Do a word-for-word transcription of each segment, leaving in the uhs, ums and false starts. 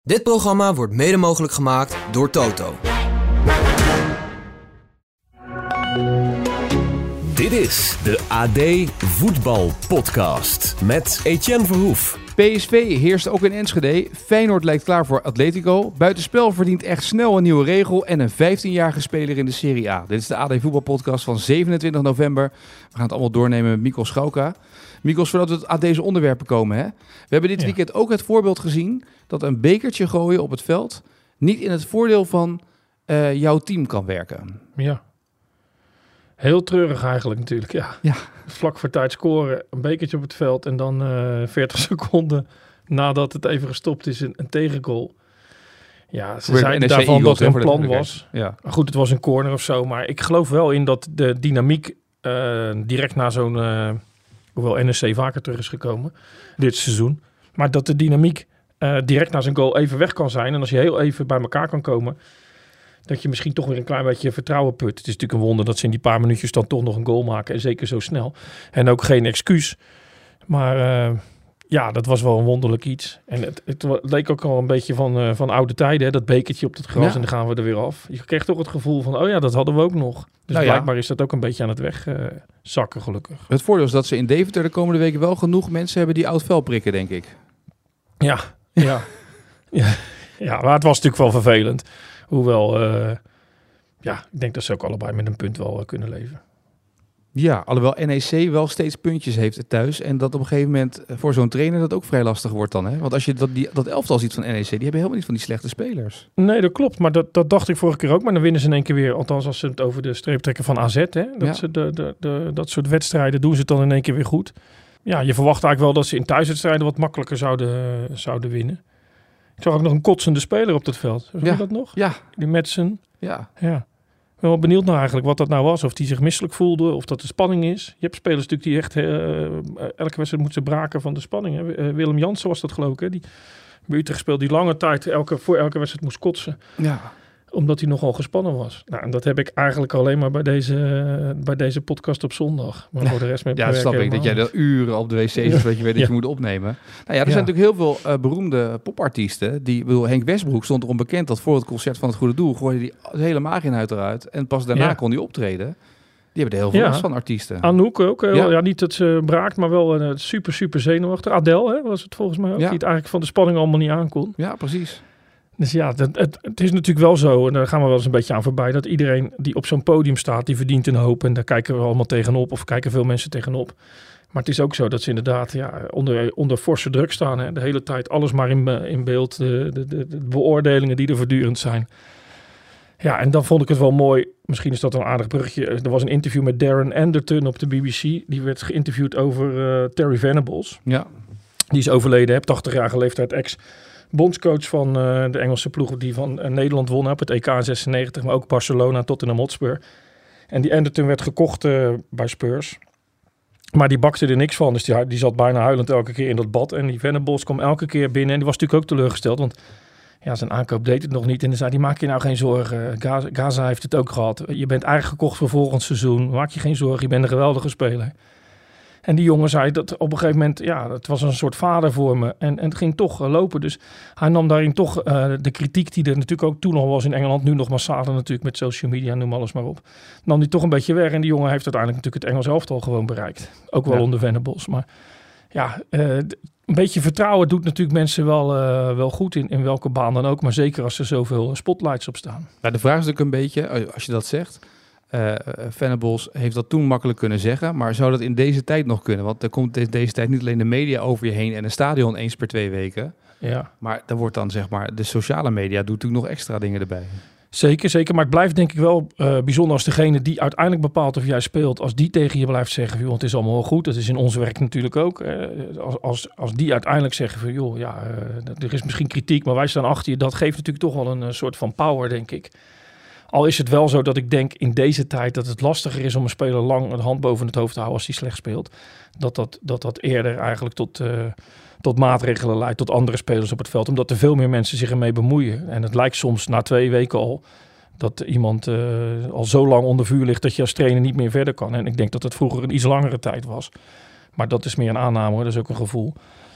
Dit programma wordt mede mogelijk gemaakt door Toto. Dit is de A D Voetbal Podcast met Etienne Verhoef. P S V heerst ook in Enschede. Feyenoord lijkt klaar voor Atletico. Buitenspel verdient echt snel een nieuwe regel en een vijftienjarige speler in de Serie A. Dit is de A D Voetbal Podcast van zevenentwintig november. We gaan het allemaal doornemen met Mikos Schauka. Mikos, voordat we aan deze onderwerpen komen, hè? We hebben dit ja. weekend ook het voorbeeld gezien dat een bekertje gooien op het veld niet in het voordeel van uh, jouw team kan werken. Ja. Heel treurig eigenlijk natuurlijk, ja. ja. Vlak voor tijd scoren, een bekertje op het veld en dan uh, veertig seconden nadat het even gestopt is, een, een tegengoal. Ja, ze zeiden daarvan Eagles, dat er een plan was. Ja. Goed, het was een corner of zo, maar ik geloof wel in dat de dynamiek uh, direct na zo'n, uh, hoewel N E C vaker terug is gekomen dit seizoen, maar dat de dynamiek uh, direct na zo'n goal even weg kan zijn en als je heel even bij elkaar kan komen, dat je misschien toch weer een klein beetje vertrouwen put. Het is natuurlijk een wonder dat ze in die paar minuutjes dan toch nog een goal maken. En zeker zo snel. En ook geen excuus. Maar uh, ja, dat was wel een wonderlijk iets. En het, het leek ook al een beetje van, uh, van oude tijden. Hè? Dat bekertje op het gras ja. en dan gaan we er weer af. Je kreeg toch het gevoel van, oh ja, dat hadden we ook nog. Dus nou blijkbaar ja. is dat ook een beetje aan het wegzakken, uh, gelukkig. Het voordeel is dat ze in Deventer de komende weken wel genoeg mensen hebben die oud vel prikken, denk ik. Ja, ja. ja. ja, maar het was natuurlijk wel vervelend. Hoewel, uh, ja, ik denk dat ze ook allebei met een punt wel uh, kunnen leven. Ja, alhoewel N E C wel steeds puntjes heeft thuis. En dat op een gegeven moment voor zo'n trainer dat ook vrij lastig wordt dan. Hè? Want als je dat, die, dat elftal ziet van N E C, die hebben helemaal niet van die slechte spelers. Nee, dat klopt. Maar dat, dat dacht ik vorige keer ook. Maar dan winnen ze in één keer weer, althans als ze het over de streep trekken van A Z. Hè? Dat, ja. ze de, de, de, dat soort wedstrijden doen ze het dan in één keer weer goed. Ja, je verwacht eigenlijk wel dat ze in thuiswedstrijden wat makkelijker zouden, uh, zouden winnen. Ik zag ook nog een kotsende speler op dat veld. Zag ja. je dat nog? Ja. Die Madsen. Ja. ja. Ik ben wel benieuwd naar eigenlijk wat dat nou was. Of die zich misselijk voelde. Of dat de spanning is. Je hebt spelers natuurlijk die echt... Uh, elke wedstrijd moeten ze braken van de spanning. Hè. Uh, Willem Jansen was dat geloof ik. Hè. Die bij Utrecht speelde die lange tijd elke, voor elke wedstrijd moest kotsen. Ja. Omdat hij nogal gespannen was. Nou, en dat heb ik eigenlijk alleen maar bij deze, uh, bij deze podcast op zondag. Maar voor de rest met ja, dat snap ik. Dat jij er uren op de wc zit, dat je weet dat ja. je moet opnemen. Nou ja, er ja. zijn natuurlijk heel veel uh, beroemde popartiesten. Die, bedoel, Henk Westbroek stond erom bekend dat voor het concert van Het Goede Doel gooide hij de hele maaginhoud eruit. En pas daarna ja. kon hij optreden. Die hebben er heel veel last ja. van, artiesten. Anouk ook. Ja. ja, niet dat ze braakt, maar wel uh, super, super zenuwachtig. Adele hè, was het volgens mij ook. Ja. Die het eigenlijk van de spanning allemaal niet aankon. Ja, precies. Dus ja, het, het, het is natuurlijk wel zo, en daar gaan we wel eens een beetje aan voorbij, dat iedereen die op zo'n podium staat, die verdient een hoop. En daar kijken we allemaal tegenop, of kijken veel mensen tegenop. Maar het is ook zo dat ze inderdaad ja, onder, onder forse druk staan. Hè, de hele tijd alles maar in, in beeld, de, de, de, de beoordelingen die er voortdurend zijn. Ja, en dan vond ik het wel mooi, misschien is dat een aardig brugje. Er was een interview met Darren Anderton op de B B C. Die werd geïnterviewd over uh, Terry Venables. Ja. Die is overleden, op tachtigjarige leeftijd, ex bondscoach van uh, de Engelse ploeg die van uh, Nederland won op het E K in zesennegentig, maar ook Barcelona, Tottenham Hotspur. En die Anderton werd gekocht uh, bij Spurs. Maar die bakte er niks van, dus die, die zat bijna huilend elke keer in dat bad. En die Venables kwam elke keer binnen en die was natuurlijk ook teleurgesteld, want ja, zijn aankoop deed het nog niet. En dan zei hij, maak je nou geen zorgen. Gaza, Gaza heeft het ook gehad. Je bent eigenlijk gekocht voor volgend seizoen. Maak je geen zorgen, je bent een geweldige speler. En die jongen zei dat op een gegeven moment, ja, het was een soort vader voor me. En, en het ging toch uh, lopen. Dus hij nam daarin toch uh, de kritiek die er natuurlijk ook toen al was in Engeland. Nu nog massaler natuurlijk met social media, noem alles maar op. Nam die toch een beetje weg. En die jongen heeft uiteindelijk natuurlijk het Engels elftal gewoon bereikt. Ook wel ja. onder Venables. Maar ja, uh, een beetje vertrouwen doet natuurlijk mensen wel, uh, wel goed in, in welke baan dan ook. Maar zeker als er zoveel spotlights op staan. Nou, de vraag is natuurlijk een beetje, als je dat zegt... Uh, Venables heeft dat toen makkelijk kunnen zeggen, maar zou dat in deze tijd nog kunnen? Want er komt de, deze tijd niet alleen de media over je heen en een stadion eens per twee weken. Ja. Maar dan wordt dan zeg maar, de sociale media doet natuurlijk nog extra dingen erbij. Zeker, zeker. Maar het blijft denk ik wel uh, bijzonder als degene die uiteindelijk bepaalt of jij speelt, als die tegen je blijft zeggen, joh, het is allemaal wel goed. Dat is in ons werk natuurlijk ook. Uh, als, als, als die uiteindelijk zeggen van, joh, ja, uh, er is misschien kritiek, maar wij staan achter je. Dat geeft natuurlijk toch wel een uh, soort van power, denk ik. Al is het wel zo dat ik denk in deze tijd dat het lastiger is om een speler lang de hand boven het hoofd te houden als hij slecht speelt. Dat dat, dat, dat eerder eigenlijk tot, uh, tot maatregelen leidt, tot andere spelers op het veld. Omdat er veel meer mensen zich ermee bemoeien. En het lijkt soms na twee weken al dat iemand uh, al zo lang onder vuur ligt dat je als trainer niet meer verder kan. En ik denk dat het vroeger een iets langere tijd was. Maar dat is meer een aanname hoor, dat is ook een gevoel.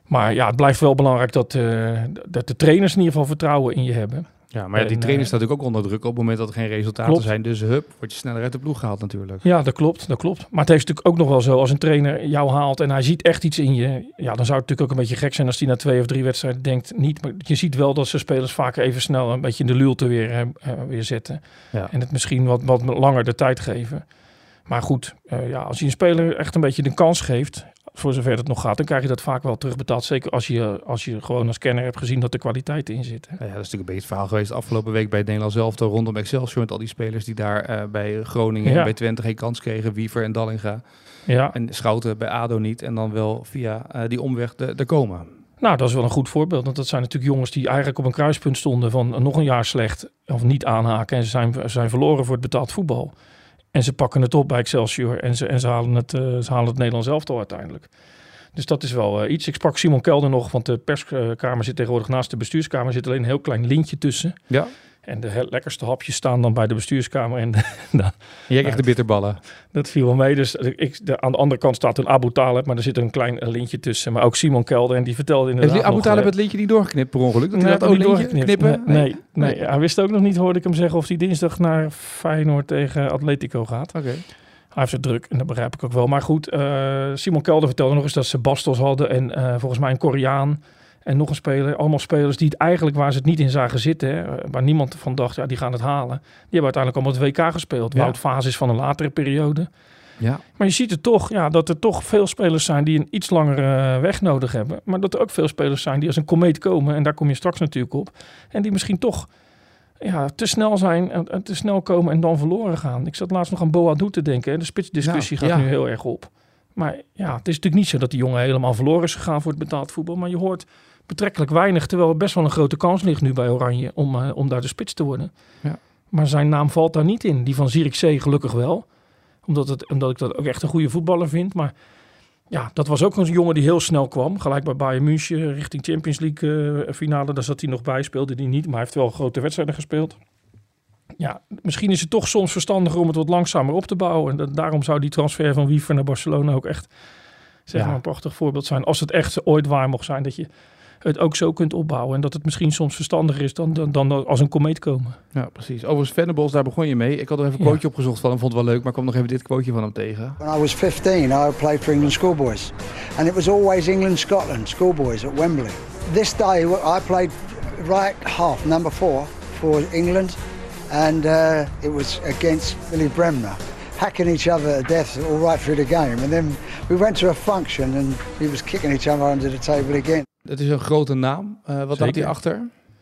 Maar ja, het blijft wel belangrijk dat, uh, dat de trainers in ieder geval vertrouwen in je hebben. Ja, maar ja, die en, trainer uh, staat natuurlijk ook onder druk op het moment dat er geen resultaten klopt. zijn. Dus hup, word je sneller uit de ploeg gehaald natuurlijk. Ja, dat klopt, dat klopt. Maar het heeft natuurlijk ook nog wel zo, als een trainer jou haalt en hij ziet echt iets in je. Ja, dan zou het natuurlijk ook een beetje gek zijn als hij na twee of drie wedstrijden denkt niet. Maar je ziet wel dat ze spelers vaak even snel een beetje in de luwte weer, uh, weer zetten. Ja. En het misschien wat, wat langer de tijd geven. Maar goed, uh, ja, als je een speler echt een beetje de kans geeft, voor zover het nog gaat, dan krijg je dat vaak wel terugbetaald. Zeker als je, als je gewoon als kenner hebt gezien dat er kwaliteit in zit. Hè? Ja, dat is natuurlijk een beetje het verhaal geweest afgelopen week bij het Nederlands elftal rondom Excelsior. Met al die spelers die daar uh, bij Groningen ja. en bij Twente geen kans kregen. Wiever en Dallinga. Ja. En Schouten bij ADO niet. En dan wel via uh, die omweg er komen. Nou, dat is wel een goed voorbeeld. Want dat zijn natuurlijk jongens die eigenlijk op een kruispunt stonden van uh, nog een jaar slecht of niet aanhaken. En ze zijn, ze zijn verloren voor het betaald voetbal. En ze pakken het op bij Excelsior en ze, en ze, halen, het, uh, ze halen het Nederlands elftal uiteindelijk. Dus dat is wel uh, iets. Ik sprak Simon Kelder nog, want de perskamer zit tegenwoordig naast de bestuurskamer. zit alleen een heel klein lintje tussen. Ja. En de lekkerste hapjes staan dan bij de bestuurskamer. En de, Jij krijgt de bitterballen. Dat viel wel mee. Dus ik, de, aan de andere kant staat een Abu Talib, maar er zit een klein lintje tussen. Maar ook Simon Kelder, en die vertelde inderdaad Heeft Abu Talib nog, het lintje niet doorgeknipt per ongeluk? Dat nee, hij dat ook lintje knippen? Nee, nee, nee. nee, hij wist ook nog niet, hoorde ik hem zeggen, of hij dinsdag naar Feyenoord tegen Atletico gaat. Oké. Okay. Hij heeft het druk en dat begrijp ik ook wel. Maar goed, uh, Simon Kelder vertelde nog eens dat ze Bastos hadden en uh, volgens mij een Koreaan en nog een speler. Allemaal spelers die het eigenlijk, waar ze het niet in zagen zitten, hè, waar niemand van dacht, ja, die gaan het halen. Die hebben uiteindelijk allemaal het W K gespeeld. Ja. Wout Vaas is van een latere periode. Ja. Maar je ziet het toch, ja, dat er toch veel spelers zijn die een iets langere weg nodig hebben. Maar dat er ook veel spelers zijn die als een komeet komen. En daar kom je straks natuurlijk op. En die misschien toch ja, te snel zijn en, en te snel komen en dan verloren gaan. Ik zat laatst nog aan Boadou te denken. Hè. De spitsdiscussie nou, gaat ja. nu heel erg op. Maar ja, het is natuurlijk niet zo dat die jongen helemaal verloren is gegaan voor het betaald voetbal. Maar je hoort betrekkelijk weinig, terwijl er best wel een grote kans ligt nu bij Oranje om, uh, om daar de spits te worden. Ja. Maar zijn naam valt daar niet in. Die van Zierikzee gelukkig wel. Omdat, het, omdat ik dat ook echt een goede voetballer vind. Maar ja, dat was ook een jongen die heel snel kwam. Gelijk bij Bayern München richting Champions League uh, finale. Daar zat hij nog bij, speelde hij niet. Maar hij heeft wel grote wedstrijden gespeeld. Ja, misschien is het toch soms verstandiger om het wat langzamer op te bouwen. En dat, daarom zou die transfer van Wiever naar Barcelona ook echt zeg maar, ja. een prachtig voorbeeld zijn. Als het echt ooit waar mocht zijn dat je het ook zo kunt opbouwen. En dat het misschien soms verstandiger is dan, dan, dan als een komeet komen. Ja, precies. Overigens, Venables, daar begon je mee. Ik had er even een quoteje ja. opgezocht van hem, vond het wel leuk. Maar ik kwam nog even dit quoteje van hem tegen. When I was fifteen, I played for England schoolboys. And it was always England-Scotland, schoolboys at Wembley. This day, I played right half, number four, for England. And uh, it was against Billy Bremner. Hacking each other to death all right through the game. And then we went to a function and he was kicking each other under the table again. Het is een grote naam. Uh, wat had hij achter?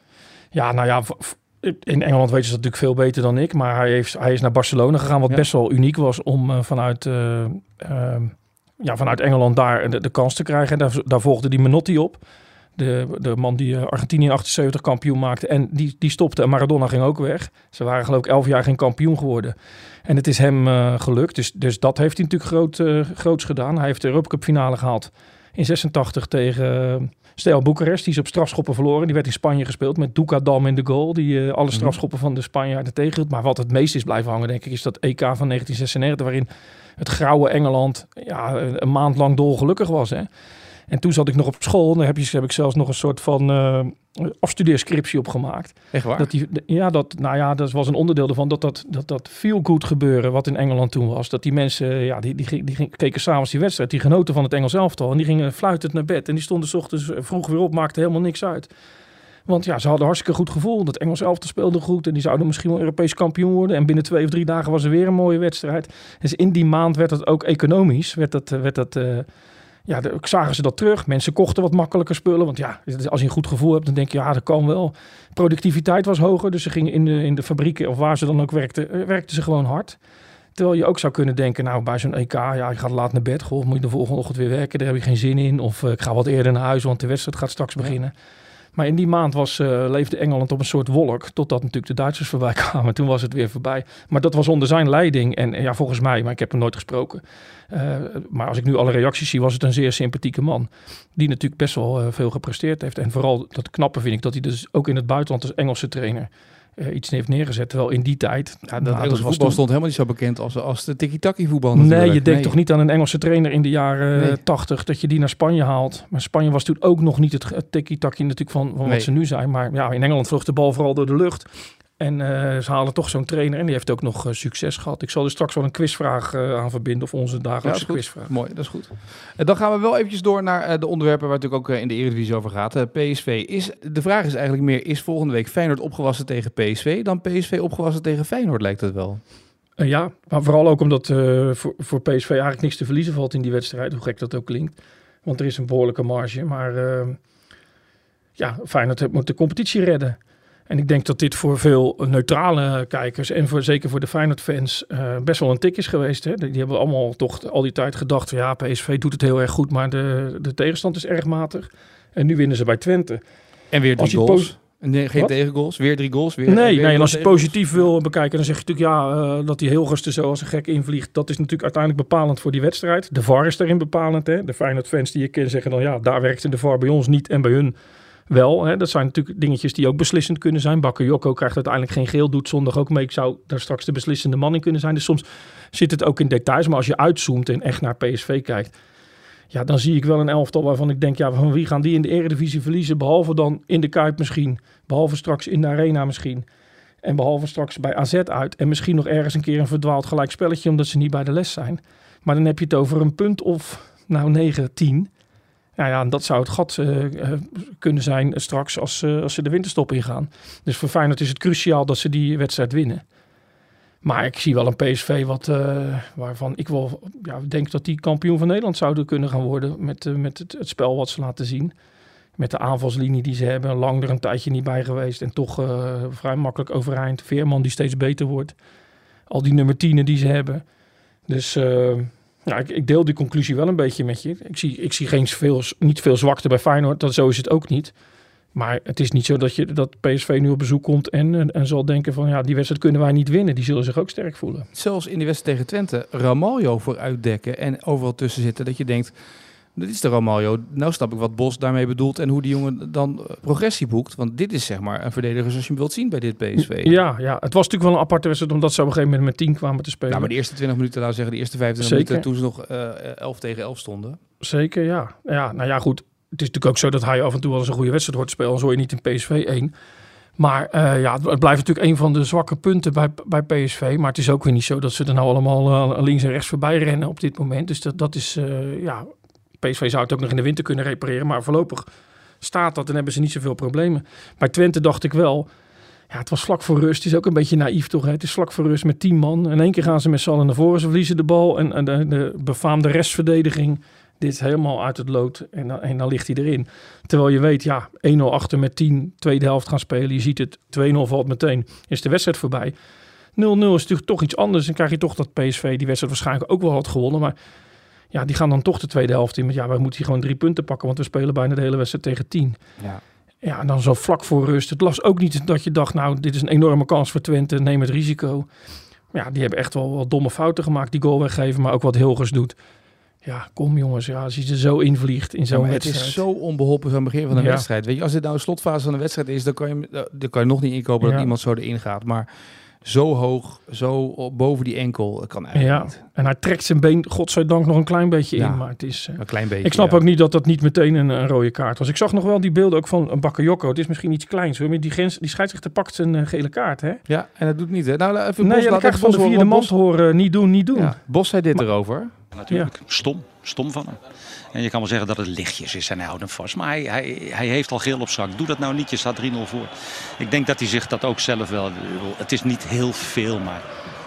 Ja, nou ja, in Engeland weten ze dat natuurlijk veel beter dan ik. Maar hij, heeft, hij is naar Barcelona gegaan, wat ja. best wel uniek was om uh, vanuit, uh, uh, ja, vanuit Engeland daar de, de kans te krijgen. En daar, daar volgde die Menotti op. De, de man die Argentinië in achtenzeventig kampioen maakte. En die, die stopte en Maradona ging ook weg. Ze waren geloof ik elf jaar geen kampioen geworden. En het is hem uh, gelukt. Dus, dus dat heeft hij natuurlijk groot, uh, groots gedaan. Hij heeft de Europa Cup finale gehaald in zesentachtig tegen uh, Steaua Boekarest. Die is op strafschoppen verloren. Die werd in Spanje gespeeld met Duka Dam in de goal. Die uh, alle strafschoppen van de Spanjaarden tegenhield. Maar wat het meest is blijven hangen, denk ik, is dat E K van negentien zesennegentig... waarin het grauwe Engeland ja, een maand lang dolgelukkig was, hè. En toen zat ik nog op school. Daar heb, je, heb ik zelfs nog een soort van uh, afstudeerscriptie op gemaakt. Echt waar? Dat die, ja, dat, nou ja, dat was een onderdeel ervan. Dat dat, dat, dat feel-good gebeuren wat in Engeland toen was. Dat die mensen, ja, die, die, die, die keken s'avonds die wedstrijd. Die genoten van het Engels elftal. En die gingen fluitend naar bed. En die stonden 's ochtends vroeg weer op. Maakte helemaal niks uit. Want ja, ze hadden hartstikke goed gevoel. Dat Engels elftal speelde goed. En die zouden misschien wel Europees kampioen worden. En binnen twee of drie dagen was er weer een mooie wedstrijd. Dus in die maand werd het ook economisch. Werd dat... Werd dat uh, Ja, de, zagen ze dat terug. Mensen kochten wat makkelijker spullen. Want ja, als je een goed gevoel hebt, dan denk je, ja, dat kan wel. Productiviteit was hoger. Dus ze gingen in de, in de fabrieken, of waar ze dan ook werkten, werkten ze gewoon hard. Terwijl je ook zou kunnen denken, nou, bij zo'n E K, ja, je gaat laat naar bed. Goh, moet je de volgende ochtend weer werken? Daar heb je geen zin in. Of uh, ik ga wat eerder naar huis, want de wedstrijd gaat straks beginnen. Ja. Maar in die maand was, uh, leefde Engeland op een soort wolk. Totdat natuurlijk de Duitsers voorbij kwamen. Toen was het weer voorbij. Maar dat was onder zijn leiding. En ja, volgens mij, maar ik heb hem nooit gesproken. Uh, maar als ik nu alle reacties zie, was het een zeer sympathieke man. Die natuurlijk best wel uh, veel gepresteerd heeft. En vooral dat knappe vind ik dat hij dus ook in het buitenland als Engelse trainer uh, iets heeft neergezet. Terwijl in die tijd... Ja, dat nou, Engelse was voetbal toen... stond helemaal niet zo bekend als, als de tiki-taki voetbal. Nee, natuurlijk. je denkt nee. toch niet aan een Engelse trainer in de jaren Nee. tachtig... dat je die naar Spanje haalt. Maar Spanje was toen ook nog niet het, het tiki-taki natuurlijk van, van Nee. wat ze nu zijn. Maar ja, in Engeland vloog de bal vooral door de lucht. En uh, ze halen toch zo'n trainer en die heeft ook nog uh, succes gehad. Ik zal er straks wel een quizvraag uh, aan verbinden of onze Ja, dagelijkse dat is goed. quizvraag. Mooi, dat is goed. En dan gaan we wel eventjes door naar uh, de onderwerpen waar het natuurlijk ook uh, in de Eredivisie over gaat. Uh, P S V is, de vraag is eigenlijk meer, is volgende week Feyenoord opgewassen tegen P S V dan P S V opgewassen tegen Feyenoord, lijkt het wel. Uh, ja, maar vooral ook omdat uh, voor, voor P S V eigenlijk niks te verliezen valt in die wedstrijd. Hoe gek dat ook klinkt. Want er is een behoorlijke marge. Maar uh, ja, Feyenoord moet de competitie redden. En ik denk dat dit voor veel neutrale kijkers en voor, zeker voor de Feyenoord-fans uh, best wel een tik is geweest. Hè? Die, die hebben allemaal toch al die tijd gedacht, ja, P S V doet het heel erg goed, maar de, de tegenstand is erg matig. En nu winnen ze bij Twente. En weer Als drie je goals. pos- Nee, geen Wat? tegengoals, weer drie goals. Weer, Nee, weer nee, en als je het tegengoals. positief wil bekijken, dan zeg je natuurlijk ja, uh, dat die Hilgers er zo als een gek invliegt. Dat is natuurlijk uiteindelijk bepalend voor die wedstrijd. De V A R is daarin bepalend. Hè? De Feyenoord-fans die je kent zeggen dan ja, daar werkte de V A R bij ons niet en bij hun wel. Hè? Dat zijn natuurlijk dingetjes die ook beslissend kunnen zijn. Bakayoko krijgt uiteindelijk geen geel, doet zondag ook mee. Ik zou daar straks de beslissende man in kunnen zijn. Dus soms zit het ook in details. Maar als je uitzoomt en echt naar P S V kijkt, ja, dan zie ik wel een elftal waarvan ik denk, ja, van wie gaan die in de Eredivisie verliezen? Behalve dan in de Kuip misschien. Behalve straks in de Arena misschien. En behalve straks bij A Z uit. En misschien nog ergens een keer een verdwaald gelijk spelletje, omdat ze niet bij de les zijn. Maar dan heb je het over een punt of, nou, negen, tien. Nou ja, en dat zou het gat uh, uh, kunnen zijn uh, straks als, uh, als ze de winterstop ingaan. Dus voor Feyenoord is het cruciaal dat ze die wedstrijd winnen. Maar ik zie wel een P S V wat, uh, waarvan ik wel ja, denk dat die kampioen van Nederland zouden kunnen gaan worden. Met, uh, met het, het spel wat ze laten zien. Met de aanvalslinie die ze hebben. Lang er een tijdje niet bij geweest. En toch uh, vrij makkelijk overeind. Veerman die steeds beter wordt. Al die nummer tienen die ze hebben. Dus uh, ja, ik, ik deel die conclusie wel een beetje met je. Ik zie, ik zie geen veel, niet veel zwakte bij Feyenoord. Dat, zo is het ook niet. Maar het is niet zo dat, je, dat P S V nu op bezoek komt en, en, en zal denken van ja, die wedstrijd kunnen wij niet winnen. Die zullen zich ook sterk voelen. Zelfs in die wedstrijd tegen Twente, Ramaljo voor uitdekken en overal tussen zitten. Dat je denkt, dit is de Ramaljo. Nou snap ik wat Bos daarmee bedoelt en hoe die jongen dan progressie boekt. Want dit is zeg maar een verdediger zoals je hem wilt zien bij dit P S V. Ja, ja, het was natuurlijk wel een aparte wedstrijd omdat ze op een gegeven moment met tien kwamen te spelen. Nou, maar de eerste twintig minuten, laten we zeggen, de eerste vijfentwintig Zeker. minuten toen ze nog uh, elf tegen elf stonden. Zeker, ja. ja. Nou ja, goed. Het is natuurlijk ook zo dat hij af en toe wel eens een goede wedstrijd hoort spelen. Dan hoor je niet in P S V één. Maar uh, ja, het blijft natuurlijk een van de zwakke punten bij, bij P S V. Maar het is ook weer niet zo dat ze er nou allemaal uh, links en rechts voorbij rennen op dit moment. Dus dat, dat is, uh, ja, P S V zou het ook nog in de winter kunnen repareren. Maar voorlopig staat dat en hebben ze niet zoveel problemen. Bij Twente dacht ik wel, ja, het was vlak voor rust. Het is ook een beetje naïef toch, hè? Het is vlak voor rust met tien man. In één keer gaan ze met z'n allen naar voren. Ze verliezen de bal en, en de, de befaamde restverdediging. Dit is helemaal uit het lood en dan, en dan ligt hij erin. Terwijl je weet, ja, één nul achter met tien, tweede helft gaan spelen. Je ziet het, twee nul valt meteen, is de wedstrijd voorbij. nul nul is natuurlijk toch iets anders. Dan krijg je toch dat P S V die wedstrijd waarschijnlijk ook wel had gewonnen. Maar ja, die gaan dan toch de tweede helft in. Want ja, wij moeten hier gewoon drie punten pakken, want we spelen bijna de hele wedstrijd tegen tien. Ja. Ja, en dan zo vlak voor rust. Het was ook niet dat je dacht, nou, dit is een enorme kans voor Twente, neem het risico. Ja, die hebben echt wel wat domme fouten gemaakt, die goal weggeven, maar ook wat Hilgers doet. Ja, kom jongens, ja, als je er zo invliegt in zo'n Ja, wedstrijd. het is zo onbeholpen zo'n begin van een Ja. wedstrijd. Weet je, als dit nou een slotfase van een wedstrijd is, dan kan je, dan kan je nog niet inkopen Ja. dat iemand zo erin gaat. Maar zo hoog, zo op- boven die enkel, dat kan eigenlijk Ja, niet. en hij trekt zijn been, godzijdank, nog een klein beetje Ja. in. Maar het is, uh, Een klein beetje. ik snap ja. ook niet dat dat niet meteen een, een rode kaart was. Ik zag nog wel die beelden ook van een Bakayoko. Het is misschien iets kleins hoor, maar die, grens, die scheidsrechter pakt zijn uh, gele kaart, hè? Ja, en dat doet niet, hè? Nou, even Nee, Bos, ja, dan laat krijg je even van de Bos vierde horen, man te horen, niet doen, niet doen. Ja, Bos zei dit erover. Natuurlijk, stom. Stom van hem. En je kan wel zeggen dat het lichtjes is en hij houdt hem vast. Maar hij, hij, hij heeft al geel op zak. Doe dat nou niet, je staat drie nul voor. Ik denk dat hij zich dat ook zelf wel... Het is niet heel veel, maar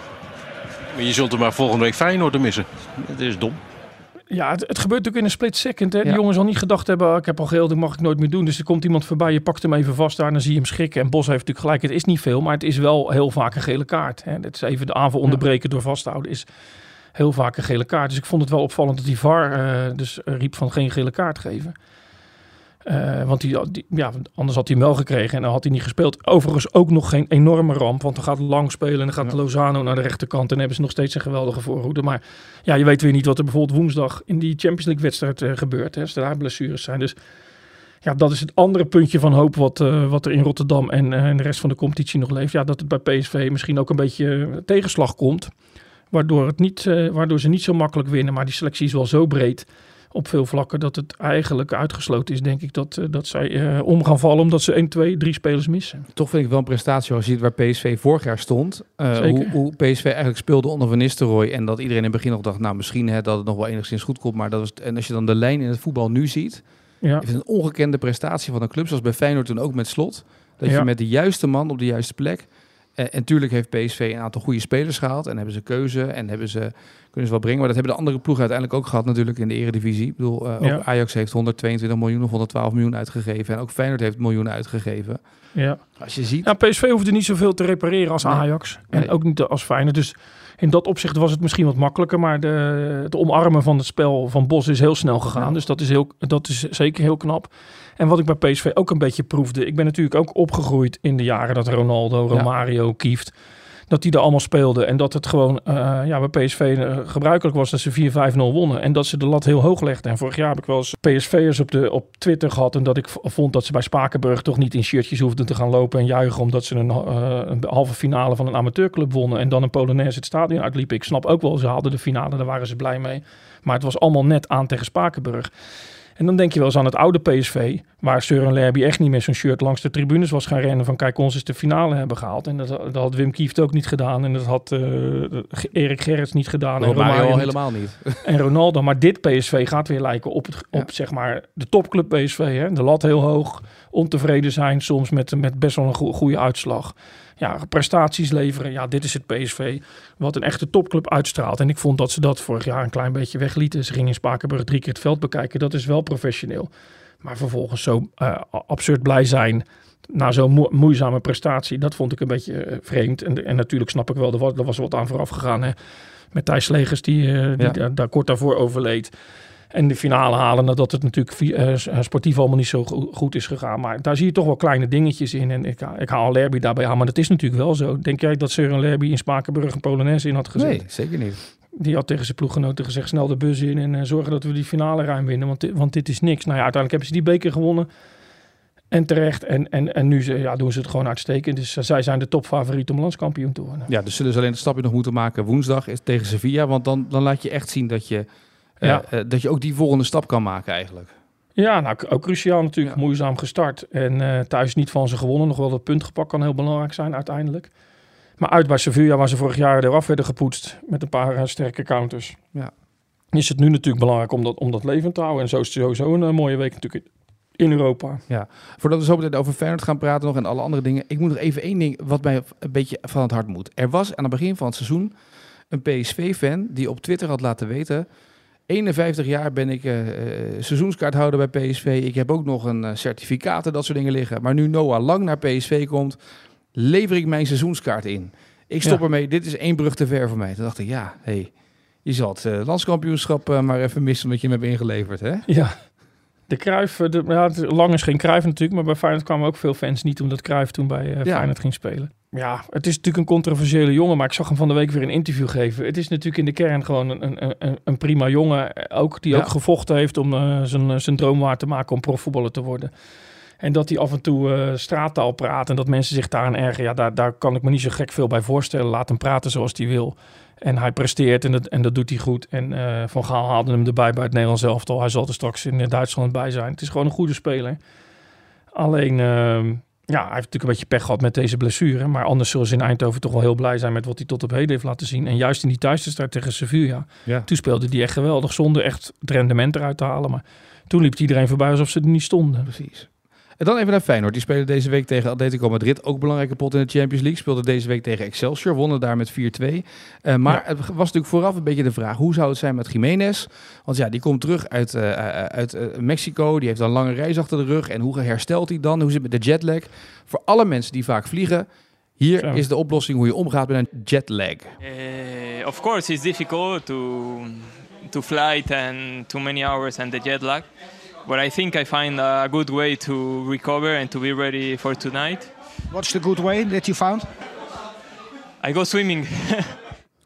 Maar je zult er maar volgende week Feyenoord te missen. het is dom. Ja, het, het gebeurt natuurlijk in een split second. Hè. Die Ja. jongen zal niet gedacht hebben, oh, ik heb al geel, dat mag ik nooit meer doen. Dus er komt iemand voorbij, je pakt hem even vast daar en dan zie je hem schrikken. En Bos heeft natuurlijk gelijk, het is niet veel, maar het is wel heel vaak een gele kaart. Hè. Dat is even de aanval onderbreken door vasthouden is heel vaak een gele kaart. Dus ik vond het wel opvallend dat die V A R uh, dus uh, riep van geen gele kaart geven. Uh, want die, die, ja, anders had hij hem wel gekregen en dan had hij niet gespeeld. Overigens ook nog geen enorme ramp, want dan gaat lang spelen en dan gaat Ja. Lozano naar de rechterkant en dan hebben ze nog steeds een geweldige voorhoede. Maar ja, je weet weer niet wat er bijvoorbeeld woensdag in die Champions League wedstrijd uh, gebeurt, hè, als er daar blessures zijn. Dus ja, dat is het andere puntje van hoop wat, uh, wat er in Rotterdam en, uh, en de rest van de competitie nog leeft. Ja, dat het bij P S V misschien ook een beetje tegenslag komt. Waardoor, het niet, uh, waardoor ze niet zo makkelijk winnen. Maar die selectie is wel zo breed op veel vlakken dat het eigenlijk uitgesloten is, denk ik, dat, uh, dat zij uh, om gaan vallen omdat ze één, twee, drie spelers missen. Toch vind ik wel een prestatie als je ziet waar P S V vorig jaar stond. Uh, hoe, hoe P S V eigenlijk speelde onder Van Nistelrooy en dat iedereen in het begin nog dacht, nou misschien hè, dat het nog wel enigszins goed komt. Maar dat was, en als je dan de lijn in het voetbal nu ziet, ja. is het een ongekende prestatie van een club, zoals bij Feyenoord toen ook met Slot. Dat ja. je met de juiste man op de juiste plek. Uh, en tuurlijk heeft P S V een aantal goede spelers gehaald en hebben ze keuze en hebben ze, kunnen ze wel brengen. Maar dat hebben de andere ploegen uiteindelijk ook gehad natuurlijk in de Eredivisie. Ik bedoel, uh, ja. ook Ajax heeft honderdtweeëntwintig miljoen of honderdtwaalf miljoen uitgegeven. En ook Feyenoord heeft miljoenen uitgegeven. Ja. Als je ziet... Ja, P S V hoefde niet zoveel te repareren als Ajax. Nee. En ook niet als Feyenoord. Dus in dat opzicht was het misschien wat makkelijker. Maar de, het omarmen van het spel van Bos is heel snel gegaan. Ja. Dus dat is, heel, dat is zeker heel knap. En wat ik bij P S V ook een beetje proefde. Ik ben natuurlijk ook opgegroeid in de jaren dat Ronaldo, Romario, ja. Kieft, dat die er allemaal speelden. En dat het gewoon uh, ja, bij P S V uh, gebruikelijk was dat ze vier vijf nul wonnen. En dat ze de lat heel hoog legden. En vorig jaar heb ik wel eens P S V'ers op, de, op Twitter gehad. En dat ik v- vond dat ze bij Spakenburg toch niet in shirtjes hoefden te gaan lopen en juichen. Omdat ze een, uh, een halve finale van een amateurclub wonnen. En dan een Polonaise het stadion uitliepen. Ik snap ook wel, ze hadden de finale, daar waren ze blij mee. Maar het was allemaal net aan tegen Spakenburg. En dan denk je wel eens aan het oude P S V, waar Søren Lerby echt niet met zo'n shirt langs de tribunes was gaan rennen van kijk, ons is de finale hebben gehaald. En dat, dat had Wim Kieft ook niet gedaan en dat had uh, Erik Gerrits niet gedaan. En Romario al helemaal niet. En Ronaldo. Maar dit P S V gaat weer lijken op, het, op ja. zeg maar de topclub P S V. Hè? De lat heel hoog, ontevreden zijn soms met, met best wel een go- goede uitslag. Ja, prestaties leveren. Ja, dit is het P S V wat een echte topclub uitstraalt. En ik vond dat ze dat vorig jaar een klein beetje weglieten. Ze gingen in Spakenburg drie keer het veld bekijken. Dat is wel professioneel. Maar vervolgens zo uh, absurd blij zijn na zo'n mo- moeizame prestatie. Dat vond ik een beetje uh, vreemd. En, en natuurlijk snap ik wel, er was, er was wat aan vooraf gegaan. Hè? Met Thijs Slegers die, uh, die ja. daar, daar kort daarvoor overleed. En de finale halen nadat het natuurlijk uh, sportief allemaal niet zo goed is gegaan. Maar daar zie je toch wel kleine dingetjes in. En ik, ik haal Lerby daarbij aan. Maar dat is natuurlijk wel zo. Denk jij dat Søren Lerby in Spakenburg een Polonaise in had gezet? Nee, zeker niet. Die had tegen zijn ploeggenoten gezegd, snel de bus in en uh, zorgen dat we die finale ruim winnen. Want dit, want dit is niks. Nou ja, uiteindelijk hebben ze die beker gewonnen. En terecht. En, en, en nu ja, doen ze het gewoon uitstekend. Dus uh, zij zijn de topfavoriet om landskampioen te worden. Ja, dus zullen ze alleen het stapje nog moeten maken woensdag is tegen Sevilla. Want dan, dan laat je echt zien dat je... Ja. Uh, uh, dat je ook die volgende stap kan maken eigenlijk. Ja, nou ook cruciaal natuurlijk. Ja. Moeizaam gestart. En uh, thuis niet van ze gewonnen. Nog wel dat punt gepakt kan heel belangrijk zijn uiteindelijk. Maar uit bij Sevilla, waar ze vorig jaar eraf werden gepoetst. Met een paar uh, sterke counters. Ja. Is het nu natuurlijk belangrijk om dat, om dat levend te houden. En zo is het sowieso een uh, mooie week natuurlijk in Europa. Ja. Voordat we zo meteen over Feyenoord gaan praten nog en alle andere dingen. Ik moet nog even één ding wat mij een beetje van het hart moet. Er was aan het begin van het seizoen een P S V-fan die op Twitter had laten weten... eenenvijftig jaar ben ik uh, seizoenskaarthouder bij P S V. Ik heb ook nog een uh, certificaat en dat soort dingen liggen. Maar nu Noah Lang naar P S V komt, lever ik mijn seizoenskaart in. Ik stop ja. ermee. Dit is één brug te ver voor mij. Toen dacht ik, ja, hey, je zal het uh, landskampioenschap uh, maar even missen omdat je hem hebt ingeleverd, hè? Ja, de Cruijff, de, ja, Lang is geen Cruijff natuurlijk, maar bij Feyenoord kwamen ook veel fans niet omdat Cruijff toen bij uh, ja. Feyenoord ging spelen. Ja, het is natuurlijk een controversiële jongen, maar ik zag hem van de week weer een interview geven. Het is natuurlijk in de kern gewoon een, een, een, een prima jongen, ook, die ja. ook gevochten heeft om uh, zijn, zijn droom waar te maken om profvoetballer te worden. En dat hij af en toe uh, straattaal praat en dat mensen zich daaraan ergeren, ja, daar, daar kan ik me niet zo gek veel bij voorstellen. Laat hem praten zoals hij wil. En hij presteert en dat, en dat doet hij goed. En uh, Van Gaal haalde hem erbij bij het Nederlands elftal. Hij zal er straks in Duitsland bij zijn. Het is gewoon een goede speler. Alleen... Uh, Ja, hij heeft natuurlijk een beetje pech gehad met deze blessure. Maar anders zullen ze in Eindhoven toch wel heel blij zijn met wat hij tot op heden heeft laten zien. En juist in die thuiswedstrijd tegen Sevilla, ja. toen speelde hij echt geweldig zonder echt het rendement eruit te halen. Maar toen liep iedereen voorbij alsof ze er niet stonden. Precies. En dan even naar Feyenoord. Die spelen deze week tegen Atletico Madrid. Ook belangrijke pot in de Champions League. Speelde deze week tegen Excelsior. Wonnen daar met vier twee. Uh, maar ja. het was natuurlijk vooraf een beetje de vraag. Hoe zou het zijn met Jiménez? Want ja, die komt terug uit, uh, uit uh, Mexico. Die heeft een lange reis achter de rug. En hoe herstelt hij dan? Hoe zit het met de jetlag? Voor alle mensen die vaak vliegen. Hier Zo. is de oplossing hoe je omgaat met een jetlag. Uh, of course, it's difficult to, to flight and too many hours and the jet lag. But I think I find a good way to recover and to be ready for tonight. What's the good way that you found? I go swimming.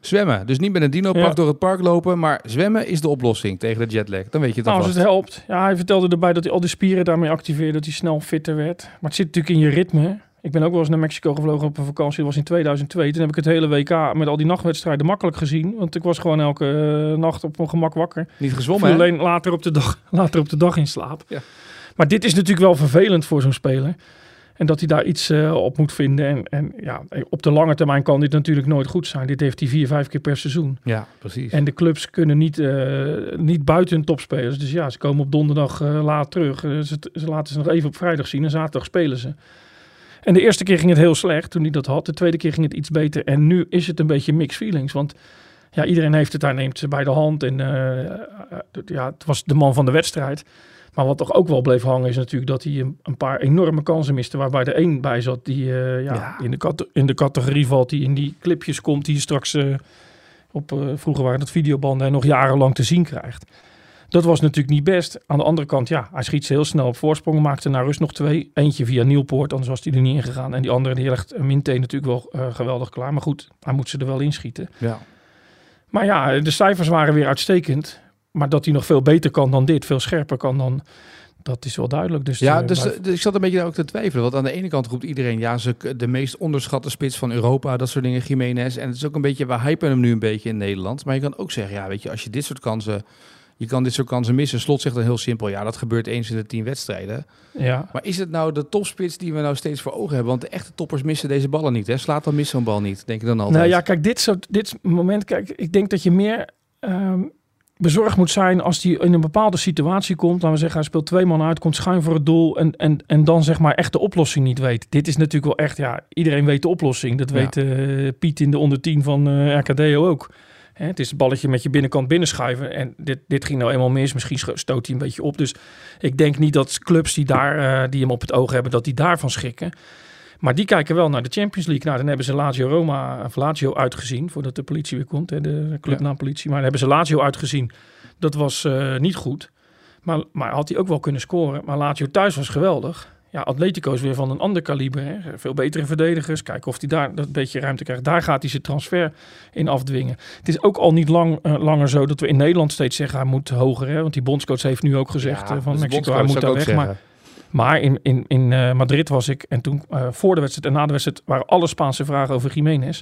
Zwemmen. Dus niet met een dino-pak Ja. door het park lopen, maar zwemmen is de oplossing tegen de jetlag. Dan weet je het Nou, als alvast. het helpt. Ja, hij vertelde erbij dat hij al die spieren daarmee activeerde, dat hij snel fitter werd. Maar het zit natuurlijk in je ritme. Ik ben ook wel eens naar Mexico gevlogen op een vakantie. Dat was in tweeduizend twee. Toen heb ik het hele W K met al die nachtwedstrijden makkelijk gezien. Want ik was gewoon elke uh, nacht op mijn gemak wakker. Niet Viel gezwommen, hè? alleen later op de dag, later op de dag in slaap. Ja. Maar dit is natuurlijk wel vervelend voor zo'n speler. En dat hij daar iets uh, op moet vinden. En, en ja, op de lange termijn kan dit natuurlijk nooit goed zijn. Dit heeft hij vier, vijf keer per seizoen. Ja, precies. En de clubs kunnen niet, uh, niet buiten hun topspelers. Dus ja, ze komen op donderdag uh, laat terug. Uh, ze, ze laten ze nog even op vrijdag zien en zaterdag spelen ze. En de eerste keer ging het heel slecht toen hij dat had. De tweede keer ging het iets beter. En nu is het een beetje mixed feelings. Want ja, iedereen heeft het, hij neemt ze bij de hand. En uh, uh, ja, het was de man van de wedstrijd. Maar wat toch ook wel bleef hangen is natuurlijk dat hij een, een paar enorme kansen miste. Waarbij er één bij zat die uh, ja, Ja. In, de cat- in de categorie valt. Die in die clipjes komt die je straks uh, op, uh, vroeger waren dat videobanden en nog jarenlang te zien krijgt. Dat was natuurlijk niet best. Aan de andere kant, ja, hij schiet ze heel snel op voorsprong. Maakte naar rust nog twee. Eentje via Nieuwpoort, anders was hij er niet in gegaan. En die andere, die legt Minte natuurlijk wel uh, geweldig klaar. Maar goed, hij moet ze er wel inschieten. Ja. Maar ja, de cijfers waren weer uitstekend. Maar dat hij nog veel beter kan dan dit, veel scherper kan dan... Dat is wel duidelijk. Dus Ja, uh, dus, blijf... dus ik zat een beetje ook te twijfelen. Want aan de ene kant roept iedereen, ja, ze de meest onderschatte spits van Europa, dat soort dingen, Jiménez. En het is ook een beetje, we hypen hem nu een beetje in Nederland. Maar je kan ook zeggen, ja, weet je, als je dit soort kansen, je kan dit soort kansen missen. Slot zegt dan heel simpel, ja, dat gebeurt eens in de tien wedstrijden. Ja. Maar is het nou de topspits die we nou steeds voor ogen hebben? Want de echte toppers missen deze ballen niet, hè? Slaat dan mis zo'n bal niet, denk ik dan altijd. Nou ja, kijk, dit soort dit moment, kijk, ik denk dat je meer um, bezorgd moet zijn als hij in een bepaalde situatie komt. Laten we zeggen, hij speelt twee man uit, komt schuin voor het doel en, en, en dan zeg maar echt de oplossing niet weet. Dit is natuurlijk wel echt, ja, iedereen weet de oplossing. Dat Ja. weet uh, Piet in de onder tien van uh, R K D O ook. Hè, het is het balletje met je binnenkant binnenschuiven. En dit, dit ging nou eenmaal mis. Misschien stoot hij een beetje op. Dus ik denk niet dat clubs die, daar, uh, die hem op het oog hebben, dat die daarvan schrikken. Maar die kijken wel naar de Champions League. Nou, dan hebben ze Lazio Roma, of Lazio uitgezien, voordat de politie weer komt, hè, de clubnaam politie. Maar dan hebben ze Lazio uitgezien. Dat was uh, niet goed. Maar, maar had hij ook wel kunnen scoren. Maar Lazio thuis was geweldig. Ja, Atletico is weer van een ander kaliber. Hè. Veel betere verdedigers. Kijken of hij daar dat beetje ruimte krijgt. Daar gaat hij zijn transfer in afdwingen. Het is ook al niet lang, uh, langer zo dat we in Nederland steeds zeggen hij moet hoger. Hè? Want die bondscoach heeft nu ook gezegd Ja, uh, van dus Mexico, bondscoach hij moet zou daar ik weg. ook Maar, maar in, in, in uh, Madrid was ik en toen uh, voor de wedstrijd en na de wedstrijd waren alle Spaanse vragen over Jiménez.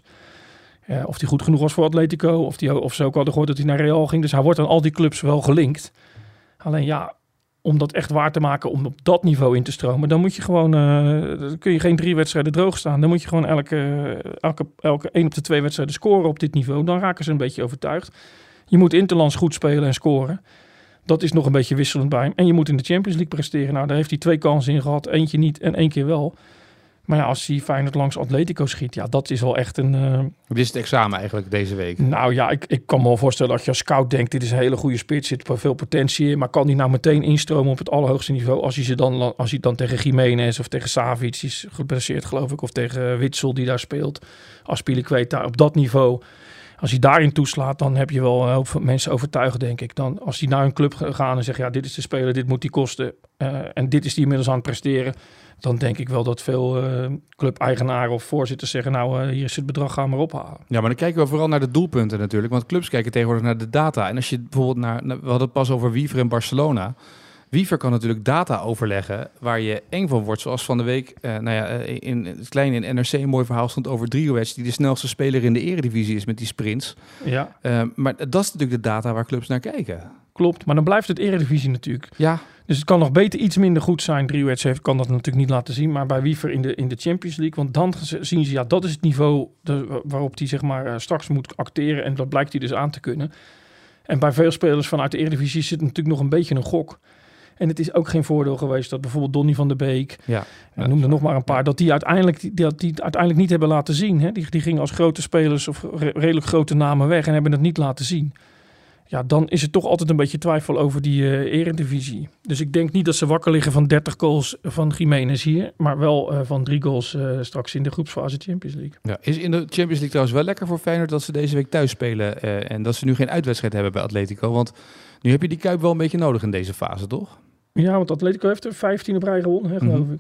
Uh, of hij goed genoeg was voor Atletico. Of, die, of ze ook hadden gehoord dat hij naar Real ging. Dus hij wordt aan al die clubs wel gelinkt. Alleen ja, om dat echt waar te maken, om op dat niveau in te stromen, dan moet je gewoon, uh, dan kun je geen drie wedstrijden droog staan. Dan moet je gewoon elke, elke, elke één op de twee wedstrijden scoren op dit niveau. Dan raken ze een beetje overtuigd. Je moet interlands goed spelen en scoren. Dat is nog een beetje wisselend bij hem. En je moet in de Champions League presteren. Nou, daar heeft hij twee kansen in gehad. Eentje niet en één keer wel. Maar ja, als hij Feyenoord langs Atletico schiet, ja, dat is wel echt een... Uh... Dit is het examen eigenlijk deze week. Nou ja, ik, ik kan me wel voorstellen dat je als scout denkt, dit is een hele goede spits, zit veel potentie in, maar kan die nou meteen instromen op het allerhoogste niveau als hij, ze dan, als hij dan tegen Jiménez of tegen Savic, die is geblesseerd geloof ik, of tegen Witsel die daar speelt, Azpilicueta op dat niveau... Als hij daarin toeslaat, dan heb je wel een hoop mensen overtuigd, denk ik. Dan, als hij naar een club gaat en zegt, ja, dit is de speler, dit moet die kosten. Uh, en dit is die inmiddels aan het presteren. Dan denk ik wel dat veel uh, club-eigenaren of voorzitters zeggen, nou, uh, hier is het bedrag, ga maar ophalen. Ja, maar dan kijken we vooral naar de doelpunten natuurlijk. Want clubs kijken tegenwoordig naar de data. En als je bijvoorbeeld naar, we hadden het pas over Wiever in Barcelona. Wiever kan natuurlijk data overleggen waar je eng van wordt. Zoals van de week, uh, nou ja, in het kleine in N R C een mooi verhaal stond over Driehoets, die de snelste speler in de eredivisie is met die sprints. Ja. Uh, maar dat is natuurlijk de data waar clubs naar kijken. Klopt, maar dan blijft het eredivisie natuurlijk. Ja. Dus het kan nog beter iets minder goed zijn. Driehoets heeft kan dat natuurlijk niet laten zien, maar bij Wiever in de, in de Champions League, want dan zien ze, ja, dat is het niveau de, waarop hij zeg maar uh, straks moet acteren en dat blijkt hij dus aan te kunnen. En bij veel spelers vanuit de eredivisie zit natuurlijk nog een beetje een gok. En het is ook geen voordeel geweest dat bijvoorbeeld Donny van der Beek, ja, ik noem er nog maar een paar, dat die uiteindelijk, dat die uiteindelijk niet hebben laten zien. Hè? Die, die gingen als grote spelers of re- redelijk grote namen weg en hebben het niet laten zien. Ja, dan is het toch altijd een beetje twijfel over die uh, eredivisie. Dus ik denk niet dat ze wakker liggen van dertig goals van Jiménez hier, maar wel uh, van drie goals uh, straks in de groepsfase Champions League. Ja, is in de Champions League trouwens wel lekker voor Feyenoord dat ze deze week thuis spelen uh, en dat ze nu geen uitwedstrijd hebben bij Atletico, want nu heb je die Kuip wel een beetje nodig in deze fase, toch? Ja, want Atletico heeft er vijftien op rij gewonnen, hè, geloof mm-hmm. ik.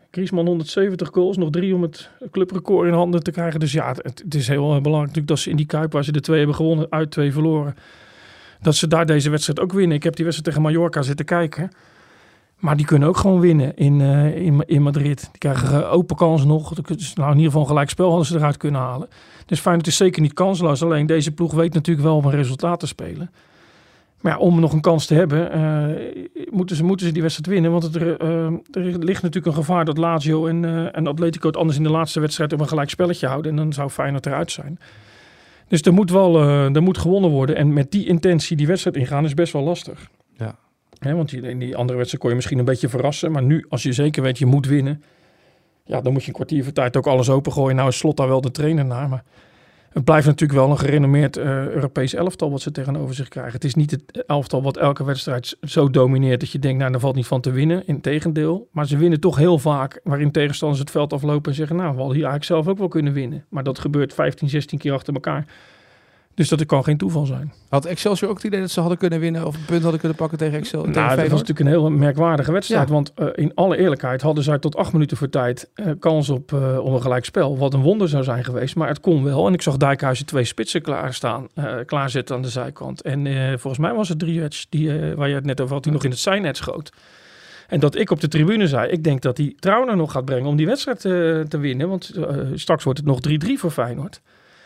Griezmann honderdzeventig goals, nog drie om het clubrecord in handen te krijgen. Dus ja, het, het is heel belangrijk natuurlijk dat ze in die Kuip, waar ze de twee hebben gewonnen, uit twee verloren, dat ze daar deze wedstrijd ook winnen. Ik heb die wedstrijd tegen Mallorca zitten kijken. Maar die kunnen ook gewoon winnen in, uh, in, in Madrid. Die krijgen uh, open kansen nog. Dus, nou, in ieder geval een gelijkspel hadden ze eruit kunnen halen. Dus Feyenoord is zeker niet kansloos. Alleen deze ploeg weet natuurlijk wel om een resultaat te spelen. Maar ja, om nog een kans te hebben, uh, moeten, ze, moeten ze die wedstrijd winnen. Want het, uh, er ligt natuurlijk een gevaar dat Lazio en, uh, en Atletico het anders in de laatste wedstrijd op een gelijk spelletje houden. En dan zou Feyenoord eruit zijn. Dus er moet wel uh, er moet gewonnen worden. En met die intentie die wedstrijd ingaan is best wel lastig. Ja. He, want in die andere wedstrijd kon je misschien een beetje verrassen. Maar nu, als je zeker weet je moet winnen, ja, dan moet je een kwartier voor tijd ook alles opengooien. Nou is Slot daar wel de trainer naar. Maar het blijft natuurlijk wel een gerenommeerd uh, Europees elftal wat ze tegenover zich krijgen. Het is niet het elftal wat elke wedstrijd zo domineert dat je denkt, nou, daar valt niet van te winnen. Integendeel. Maar ze winnen toch heel vaak waarin tegenstanders het veld aflopen en zeggen, nou, we hadden hier eigenlijk zelf ook wel kunnen winnen. Maar dat gebeurt vijftien, zestien keer achter elkaar. Dus dat kan geen toeval zijn. Had Excelsior ook het idee dat ze hadden kunnen winnen of een punt hadden kunnen pakken tegen Excelsior? Nou, dat was natuurlijk een heel merkwaardige wedstrijd. Ja. Want uh, in alle eerlijkheid hadden zij tot acht minuten voor tijd uh, kans op, uh, op een gelijkspel. Wat een wonder zou zijn geweest. Maar het kon wel. En ik zag Dijkhuizen twee spitsen klaarstaan, uh, klaarzetten aan de zijkant. En uh, volgens mij was het Driedge, die uh, waar je het net over had, die nog in het zijnet schoot. En dat ik op de tribune zei, ik denk dat hij Trauner nog gaat brengen om die wedstrijd uh, te winnen. Want uh, straks wordt het nog drie drie voor Feyenoord.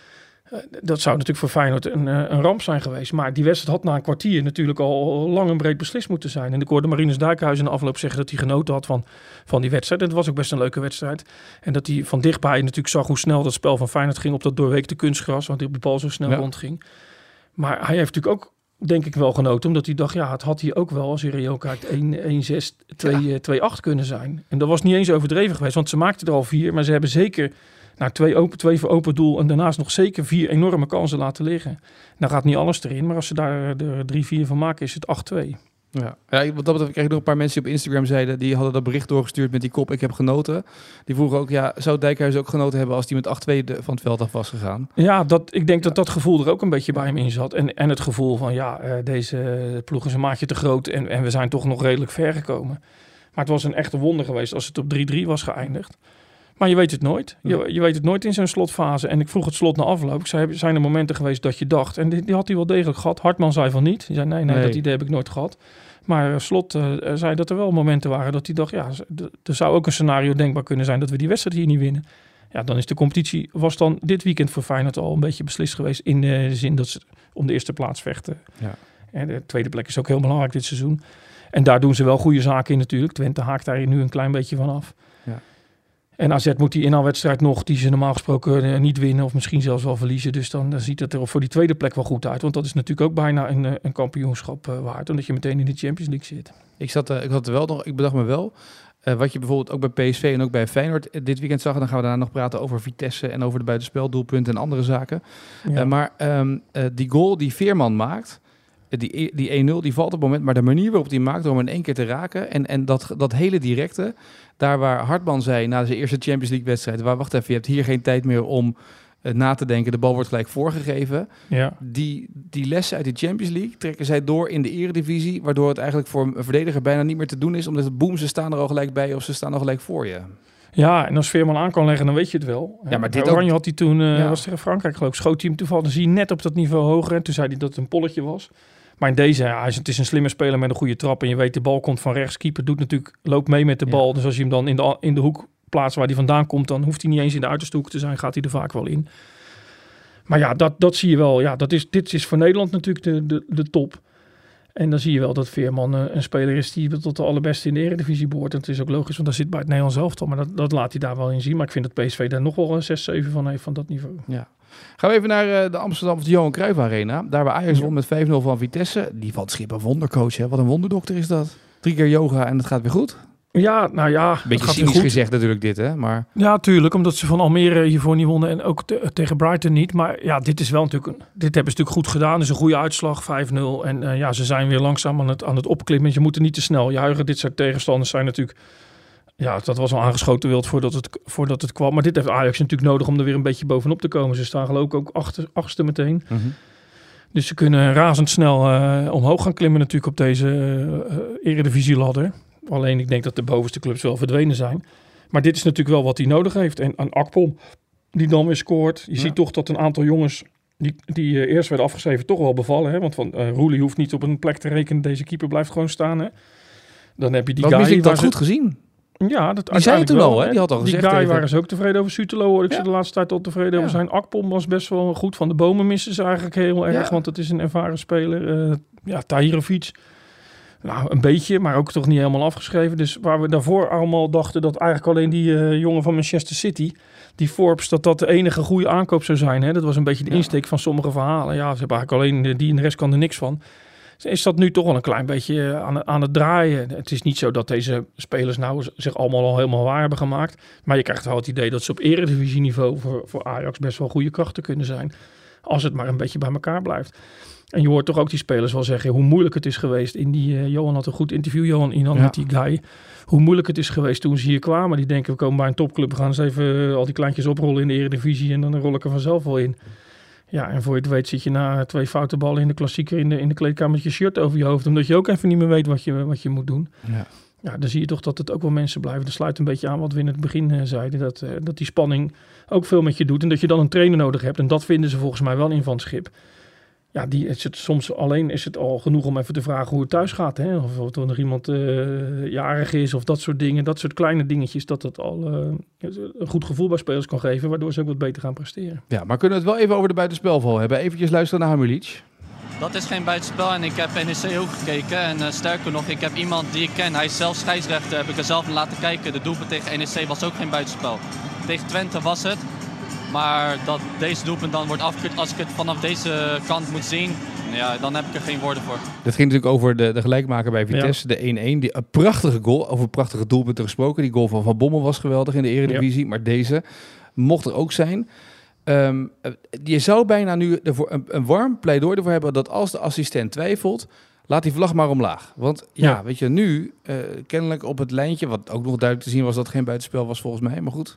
Dat zou natuurlijk voor Feyenoord een, een ramp zijn geweest. Maar die wedstrijd had na een kwartier natuurlijk al lang en breed beslist moeten zijn. En ik hoorde Marinus Dijkhuizen in de afloop zeggen dat hij genoten had van, van die wedstrijd. En het was ook best een leuke wedstrijd. En dat hij van dichtbij natuurlijk zag hoe snel dat spel van Feyenoord ging op dat doorweekte kunstgras. Want die op de bal zo snel ja. rondging. Maar hij heeft natuurlijk ook, denk ik, wel genoten. Omdat hij dacht, ja, het had hier ook wel, als je reëel kijkt, één zes, twee acht kunnen zijn. En dat was niet eens overdreven geweest. Want ze maakten er al vier. Maar ze hebben zeker... Nou, twee, open, twee voor open doel en daarnaast nog zeker vier enorme kansen laten liggen. Dan gaat niet alles erin, maar als ze daar de drie vier van maken, is het acht twee. Ja, ja, wat dat betreft kreeg ik nog een paar mensen die op Instagram zeiden, die hadden dat bericht doorgestuurd met die kop, ik heb genoten. Die vroegen ook, ja, zou Dijkhuizen ook genoten hebben als hij met acht twee van het veld af was gegaan? Ja, dat, ik denk dat dat gevoel er ook een beetje bij hem in zat. En, en het gevoel van, ja, uh, deze ploeg is een maatje te groot en, en we zijn toch nog redelijk ver gekomen. Maar het was een echte wonder geweest als het op drie drie was geëindigd. Maar je weet het nooit. Je, je weet het nooit in zo'n slotfase. En ik vroeg het Slot na afloop. Ik zei, zijn er momenten geweest dat je dacht... En die, die had hij wel degelijk gehad. Hartman zei van niet. Die zei, nee, nee, nee. Dat idee heb ik nooit gehad. Maar Slot uh, zei dat er wel momenten waren dat hij dacht... Ja, er zou ook een scenario denkbaar kunnen zijn dat we die wedstrijd hier niet winnen. Ja, dan is de competitie... Was dan dit weekend voor Feyenoord al een beetje beslist geweest... in de zin dat ze om de eerste plaats vechten. Ja. En de tweede plek is ook heel belangrijk dit seizoen. En daar doen ze wel goede zaken in natuurlijk. Twente haakt daar nu een klein beetje van af. Ja. En A Z moet die inhaalwedstrijd nog, die ze normaal gesproken niet winnen of misschien zelfs wel verliezen. Dus dan, dan ziet het er voor die tweede plek wel goed uit. Want dat is natuurlijk ook bijna een, een kampioenschap uh, waard. Omdat je meteen in de Champions League zit. Ik, zat, uh, ik had er wel nog, ik bedacht me wel, uh, wat je bijvoorbeeld ook bij P S V en ook bij Feyenoord dit weekend zag. En dan gaan we daarna nog praten over Vitesse en over de buitenspeldoelpunten en andere zaken. Ja. Uh, maar um, uh, die goal die Veerman maakt... Die, die één nul, die valt op het moment, maar de manier waarop die maakt, door hem in één keer te raken en, en dat, dat hele directe, daar waar Hartman zei na zijn eerste Champions League wedstrijd, waar wacht even, je hebt hier geen tijd meer om uh, na te denken, de bal wordt gelijk voorgegeven. Ja. Die, die lessen uit de Champions League trekken zij door in de eredivisie, waardoor het eigenlijk voor een verdediger bijna niet meer te doen is, omdat het boem, ze staan er al gelijk bij of ze staan al gelijk voor je. Ja, en als Veerman aan kan leggen, dan weet je het wel. Ja, maar dit Oranje ook... had hij toen, uh, ja. was tegen Frankrijk geloof ik, schoot hij hem toevallig, dan zie je net op dat niveau hoger en toen zei hij dat het een polletje was. Maar in deze, ja, het is een slimme speler met een goede trap. En je weet, de bal komt van rechts. Keeper doet natuurlijk, loopt mee met de bal. Ja. Dus als je hem dan in de, in de hoek plaatst waar hij vandaan komt, dan hoeft hij niet eens in de uiterste hoek te zijn. Gaat hij er vaak wel in. Maar ja, dat, dat zie je wel. Ja, dat is, dit is voor Nederland natuurlijk de, de, de top. En dan zie je wel dat Veerman uh, een speler is die tot de allerbeste in de Eredivisie behoort. En het is ook logisch, want daar zit bij het Nederlands elftal. Maar dat, dat laat hij daar wel in zien. Maar ik vind dat P S V daar nog wel een zes zeven van heeft, van dat niveau. Ja. Gaan we even naar uh, de Amsterdam of de Johan Cruijff Arena. Daar waar Ajax won met vijf nul van Vitesse. Die Van Schip een wondercoach, hè? Wat een wonderdokter is dat. Drie keer yoga en het gaat weer goed. Ja, nou ja. Beetje cynisch gezegd natuurlijk dit, hè? Maar... Ja, tuurlijk. Omdat ze van Almere hiervoor niet wonnen. En ook te, tegen Brighton niet. Maar ja, dit is wel natuurlijk... Een, dit hebben ze natuurlijk goed gedaan. Het is een goede uitslag, vijf nul. En uh, ja, ze zijn weer langzaam aan het, aan het opklimmen. Je moet er niet te snel juichen. Dit soort tegenstanders zijn natuurlijk... Ja, dat was al aangeschoten wild voordat het, voordat het kwam. Maar dit heeft Ajax natuurlijk nodig om er weer een beetje bovenop te komen. Ze staan geloof ik ook achter, achtste meteen. Mm-hmm. Dus ze kunnen razendsnel uh, omhoog gaan klimmen natuurlijk op deze uh, eredivisieladder. Alleen ik denk dat de bovenste clubs wel verdwenen zijn. Maar dit is natuurlijk wel wat hij nodig heeft. En aan Akpom, die dan weer scoort. Je ja. ziet toch dat een aantal jongens die, die uh, eerst werden afgeschreven toch wel bevallen. Hè? Want van uh, Roelie hoeft niet op een plek te rekenen. Deze keeper blijft gewoon staan. Hè? Dan heb je die guy. Ik dat ze... goed gezien. Ja, dat die zei het toen wel, al, hè? Die had al gezegd. Die guy even... waren ze ook tevreden over. Sutelo hoorde ik ja. ze de laatste tijd al tevreden ja. over zijn. Akpom was best wel goed. Van de Bomen missen ze eigenlijk heel erg. Ja. Want het is een ervaren speler. Uh, ja, Tahirovic. Nou, een beetje, maar ook toch niet helemaal afgeschreven. Dus waar we daarvoor allemaal dachten dat eigenlijk alleen die uh, jongen van Manchester City, die Forbes, dat dat de enige goede aankoop zou zijn. Hè? Dat was een beetje de ja. insteek van sommige verhalen. Ja, ze hebben eigenlijk alleen die en de rest kan er niks van. Is dat nu toch wel een klein beetje aan, aan het draaien. Het is niet zo dat deze spelers nou zich allemaal al helemaal waar hebben gemaakt. Maar je krijgt wel het idee dat ze op eredivisieniveau voor, voor Ajax best wel goede krachten kunnen zijn. Als het maar een beetje bij elkaar blijft. En je hoort toch ook die spelers wel zeggen hoe moeilijk het is geweest. In die, uh, Johan had een goed interview, Johan Inan, ja. met die guy. Hoe moeilijk het is geweest toen ze hier kwamen. Die denken, we komen bij een topclub, we gaan eens even uh, al die kleintjes oprollen in de Eredivisie en dan rol ik er vanzelf wel in. Ja, en voor je het weet zit je na twee foute ballen in de klassieker in de, in de kleedkamer met je shirt over je hoofd. Omdat je ook even niet meer weet wat je, wat je moet doen. Ja. Ja, dan zie je toch dat het ook wel mensen blijven. Dat sluit een beetje aan wat we in het begin uh, zeiden. Dat, uh, dat die spanning ook veel met je doet. En dat je dan een trainer nodig hebt. En dat vinden ze volgens mij wel in Van Schip. Ja, die is het, soms alleen is het al genoeg om even te vragen hoe het thuis gaat. Hè? Of, of er nog iemand uh, jarig is of dat soort dingen. Dat soort kleine dingetjes. Dat het al uh, een goed gevoel bij spelers kan geven. Waardoor ze ook wat beter gaan presteren. Ja, maar kunnen we het wel even over de buitenspelval hebben? Eventjes luisteren naar Hamulic. Dat is geen buitenspel en ik heb N E C ook gekeken. En uh, sterker nog, ik heb iemand die ik ken. Hij is zelf scheidsrechter. Heb ik er zelf laten kijken. De doelpunt tegen N E C was ook geen buitenspel. Tegen Twente was het. Maar dat deze doelpunt dan wordt afgekeurd, als ik het vanaf deze kant moet zien, ja, dan heb ik er geen woorden voor. Dat ging natuurlijk over de, de gelijkmaker bij Vitesse, ja. de één-één. Die, een prachtige goal, over prachtige doelpunten gesproken. Die goal van Van Bommel was geweldig in de Eredivisie, ja. maar deze mocht er ook zijn. Um, je zou bijna nu ervoor een, een warm pleidooi ervoor hebben dat als de assistent twijfelt, laat die vlag maar omlaag. Want ja, ja. weet je, nu uh, kennelijk op het lijntje, wat ook nog duidelijk te zien was dat het geen buitenspel was volgens mij, maar goed.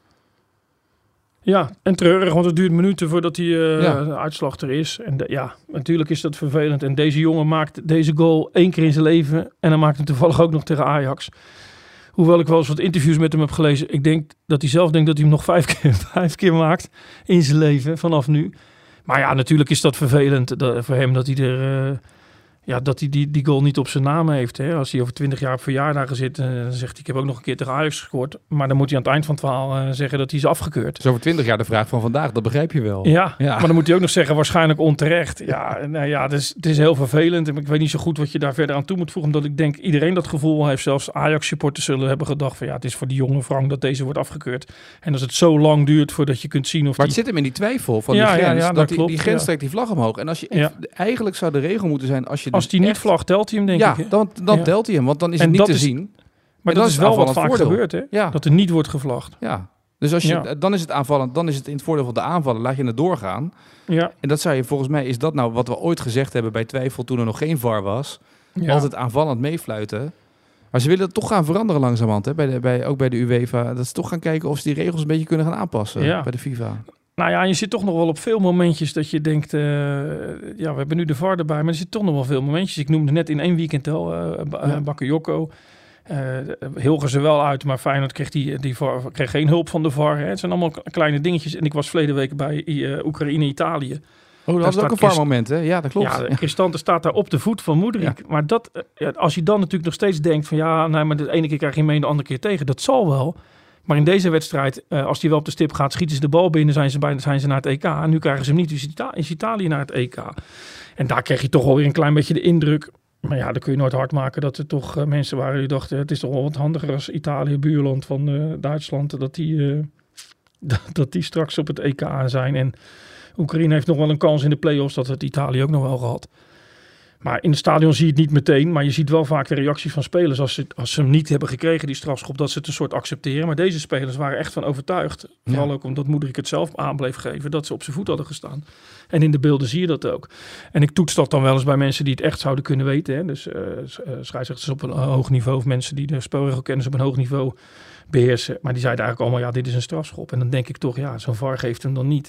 Ja, en treurig, want het duurt minuten voordat die uh, ja. uitslag er is. En de, ja, natuurlijk is dat vervelend. En deze jongen maakt deze goal één keer in zijn leven. En dan maakt hem toevallig ook nog tegen Ajax. Hoewel ik wel eens wat interviews met hem heb gelezen. Ik denk dat hij zelf denkt dat hij hem nog vijf keer, vijf keer maakt in zijn leven, vanaf nu. Maar ja, natuurlijk is dat vervelend dat, voor hem dat hij er... Uh, Ja, dat hij die, die goal niet op zijn naam heeft. Hè. Als hij over twintig jaar op verjaardagen zit, uh, dan zegt hij, ik heb ook nog een keer tegen Ajax gescoord. Maar dan moet hij aan het eind van het verhaal uh, zeggen dat hij is afgekeurd. Dus over twintig jaar de vraag van vandaag, dat begrijp je wel. Ja, ja. Maar dan moet hij ook nog zeggen, waarschijnlijk onterecht. Ja, nou ja, het is, het is heel vervelend. En ik weet niet zo goed wat je daar verder aan toe moet voegen. Omdat ik denk, iedereen dat gevoel heeft. Zelfs Ajax-supporters zullen hebben gedacht van ja, het is voor die jonge Frank dat deze wordt afgekeurd. En als het zo lang duurt voordat je kunt zien of Maar die... het zit hem in die twijfel van ja, die grens. Ja, ja, dat, dat die, klopt, die grens ja. trekt die vlag omhoog. En als je ja. eigenlijk zou de regel moeten zijn, als je als dus die niet echt... vlagt, telt hij hem denk ja, ik. Hè? dan, dan ja. telt hij hem, want dan is en het niet te is, zien. Maar dat dat is wel wat vaak voordeel. gebeurt, hè? Ja. Dat er niet wordt gevlacht. Ja, dus als je, ja. dan is het aanvallend, dan is het in het voordeel van de aanvallen, laat je het doorgaan. Ja. En dat zou je, volgens mij is dat nou wat we ooit gezegd hebben bij twijfel toen er nog geen V A R was. Ja. Altijd aanvallend meefluiten. Maar ze willen het toch gaan veranderen langzamerhand, hè? Bij de, bij, ook bij de UEFA. Dat ze toch gaan kijken of ze die regels een beetje kunnen gaan aanpassen ja. bij de FIFA. Nou ja, je zit toch nog wel op veel momentjes dat je denkt... Uh, ja, we hebben nu de V A R erbij, maar er zitten toch nog wel veel momentjes. Ik noemde net in één weekend al uh, ja. Bakayoko. Uh, Hilgers er wel uit, maar Feyenoord kreeg, die, die V A R, kreeg geen hulp van de V A R. Hè. Het zijn allemaal kleine dingetjes. En ik was verleden week bij uh, Oekraïne-Italië. Oh, dat was ook een V A R-moment, hè? Ja, dat klopt. Ja, de Cristante staat daar op de voet van Mudryk. Ja. Maar dat, uh, als je dan natuurlijk nog steeds denkt van... ja, nee, maar de ene keer krijg je mee, de andere keer tegen. Dat zal wel. Maar in deze wedstrijd, uh, als die wel op de stip gaat, schieten ze de bal binnen, zijn ze, bij, zijn ze naar het E K. En nu krijgen ze hem niet, dus is Italië naar het E K. En daar kreeg je toch wel weer een klein beetje de indruk. Maar ja, dan kun je nooit hard maken dat er toch uh, mensen waren die dachten... het is toch wel wat handiger als Italië, buurland van uh, Duitsland... Dat die, uh, dat, dat die straks op het E K zijn. En Oekraïne heeft nog wel een kans in de play-offs, dat het Italië ook nog wel gehad. Maar in het stadion zie je het niet meteen. Maar je ziet wel vaak de reacties van spelers als ze, als ze hem niet hebben gekregen, die strafschop, dat ze het een soort accepteren. Maar deze spelers waren echt van overtuigd. Vooral ja. ook omdat Mudryk het zelf aan bleef geven, dat ze op zijn voet hadden gestaan. En in de beelden zie je dat ook. En ik toets dat dan wel eens bij mensen die het echt zouden kunnen weten. Hè. Dus uh, scheidsrechters op een uh, hoog niveau of mensen die de spelregelkennis op een hoog niveau beheersen. Maar die zeiden eigenlijk allemaal, ja, dit is een strafschop. En dan denk ik toch, ja, zo'n V A R geeft hem dan niet.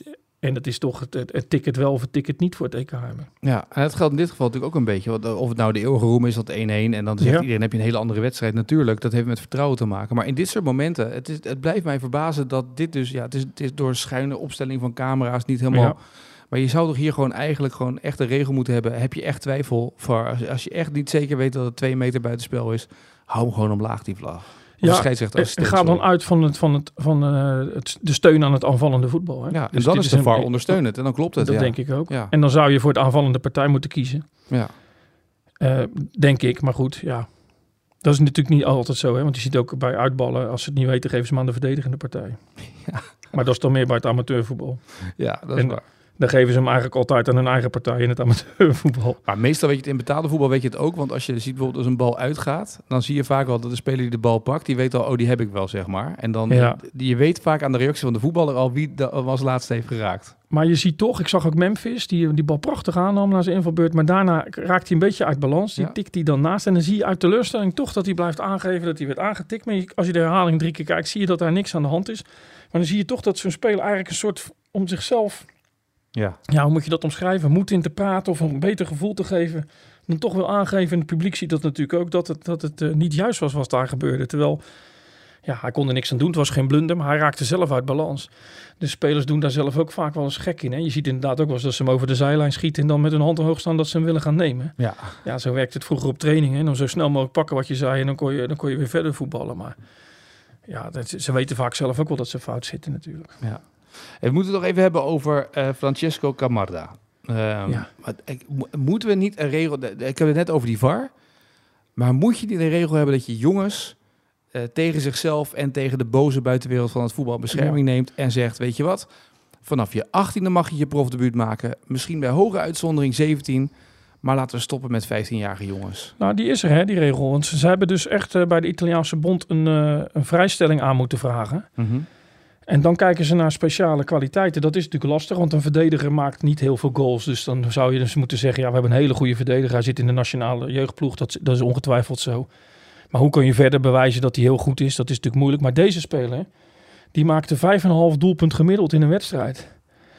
En dat is toch het, het, het ticket wel of het ticket niet voor het E K hebben. Ja, en het geldt in dit geval natuurlijk ook een beetje. Want of het nou de eeuwige roem is, dat één-één. En dan zegt Ja. iedereen, heb je een hele andere wedstrijd. Natuurlijk, dat heeft met vertrouwen te maken. Maar in dit soort momenten, het, is, het blijft mij verbazen dat dit dus... Ja, het is, het is door schuine opstelling van camera's niet helemaal... Ja. Maar je zou toch hier gewoon eigenlijk gewoon echt een regel moeten hebben. Heb je echt twijfel voor... Als, als je echt niet zeker weet dat het twee meter buitenspel is... hou hem gewoon omlaag, die vlag. Of Ja, scheidsrechter, het gaat dan uit van, het, van, het, van uh, het, de steun aan het aanvallende voetbal. Hè? Ja, en Dus dan dit is de een- V A R ondersteunend en dan klopt het. Dat ja. denk ik ook. Ja. En dan zou je voor het aanvallende partij moeten kiezen. Ja. Uh, denk ik, maar goed, ja. Dat is natuurlijk niet altijd zo, hè? Want je ziet ook bij uitballen, als ze het niet weten, geven ze hem aan de verdedigende partij. Ja. Maar dat is dan meer bij het amateurvoetbal. Ja, dat is En waar. Dan geven ze hem eigenlijk altijd aan hun eigen partij in het amateurvoetbal. Maar meestal weet je het in betaalde voetbal weet je het ook. Want als je ziet bijvoorbeeld als een bal uitgaat, dan zie je vaak wel dat de speler die de bal pakt, die weet al, oh, die heb ik wel, zeg maar. En dan, Ja. die, je weet vaak aan de reactie van de voetballer al wie de, als laatste heeft geraakt. Maar je ziet toch, ik zag ook Memphis, die die bal prachtig aannam na zijn invalbeurt. Maar daarna raakt hij een beetje uit balans. Die Ja. tikt hij dan naast. En dan zie je uit teleurstelling toch dat hij blijft aangeven dat hij werd aangetikt. Maar je- als je de herhaling drie keer kijkt, zie je dat daar niks aan de hand is. Maar dan zie je toch dat zo'n speler eigenlijk een soort om zichzelf... Ja. Ja, hoe moet je dat omschrijven? Moed in te praten of een beter gevoel te geven. Dan toch wel aangeven. En het publiek ziet dat natuurlijk ook, dat het, dat het uh, niet juist was wat daar gebeurde. Terwijl, ja, hij kon er niks aan doen. Het was geen blunder, maar hij raakte zelf uit balans. De spelers doen daar zelf ook vaak wel eens gek in. Hè? Je ziet inderdaad ook wel eens dat ze hem over de zijlijn schieten en dan met hun hand omhoog staan dat ze hem willen gaan nemen. Ja. Ja, zo werkt het vroeger op trainingen. En dan zo snel mogelijk pakken wat je zei en dan kon je, dan kon je weer verder voetballen. Maar ja, dat, ze weten vaak zelf ook wel dat ze fout zitten natuurlijk. Ja. We moeten het nog even hebben over uh, Francesco Camarda. Um, Ja. maar, ik, mo- moeten we niet een regel... de- de- Ik heb het net over die V A R. Maar moet je niet een regel hebben dat je jongens uh, tegen zichzelf en tegen de boze buitenwereld van het voetbal bescherming neemt en zegt, weet je wat? Vanaf je achttiende mag je je profdebuut maken. Misschien bij hoge uitzondering zeventien. Maar laten we stoppen met vijftienjarige jongens. Nou, die is er, hè, die regel. Want ze, ze hebben dus echt uh, bij de Italiaanse bond een, uh, een vrijstelling aan moeten vragen. Mm-hmm. En dan kijken ze naar speciale kwaliteiten. Dat is natuurlijk lastig, want een verdediger maakt niet heel veel goals. Dus dan zou je dus moeten zeggen, ja, we hebben een hele goede verdediger. Hij zit in de nationale jeugdploeg, dat, dat is ongetwijfeld zo. Maar hoe kun je verder bewijzen dat hij heel goed is? Dat is natuurlijk moeilijk. Maar deze speler, die maakte vijf komma vijf doelpunt gemiddeld in een wedstrijd.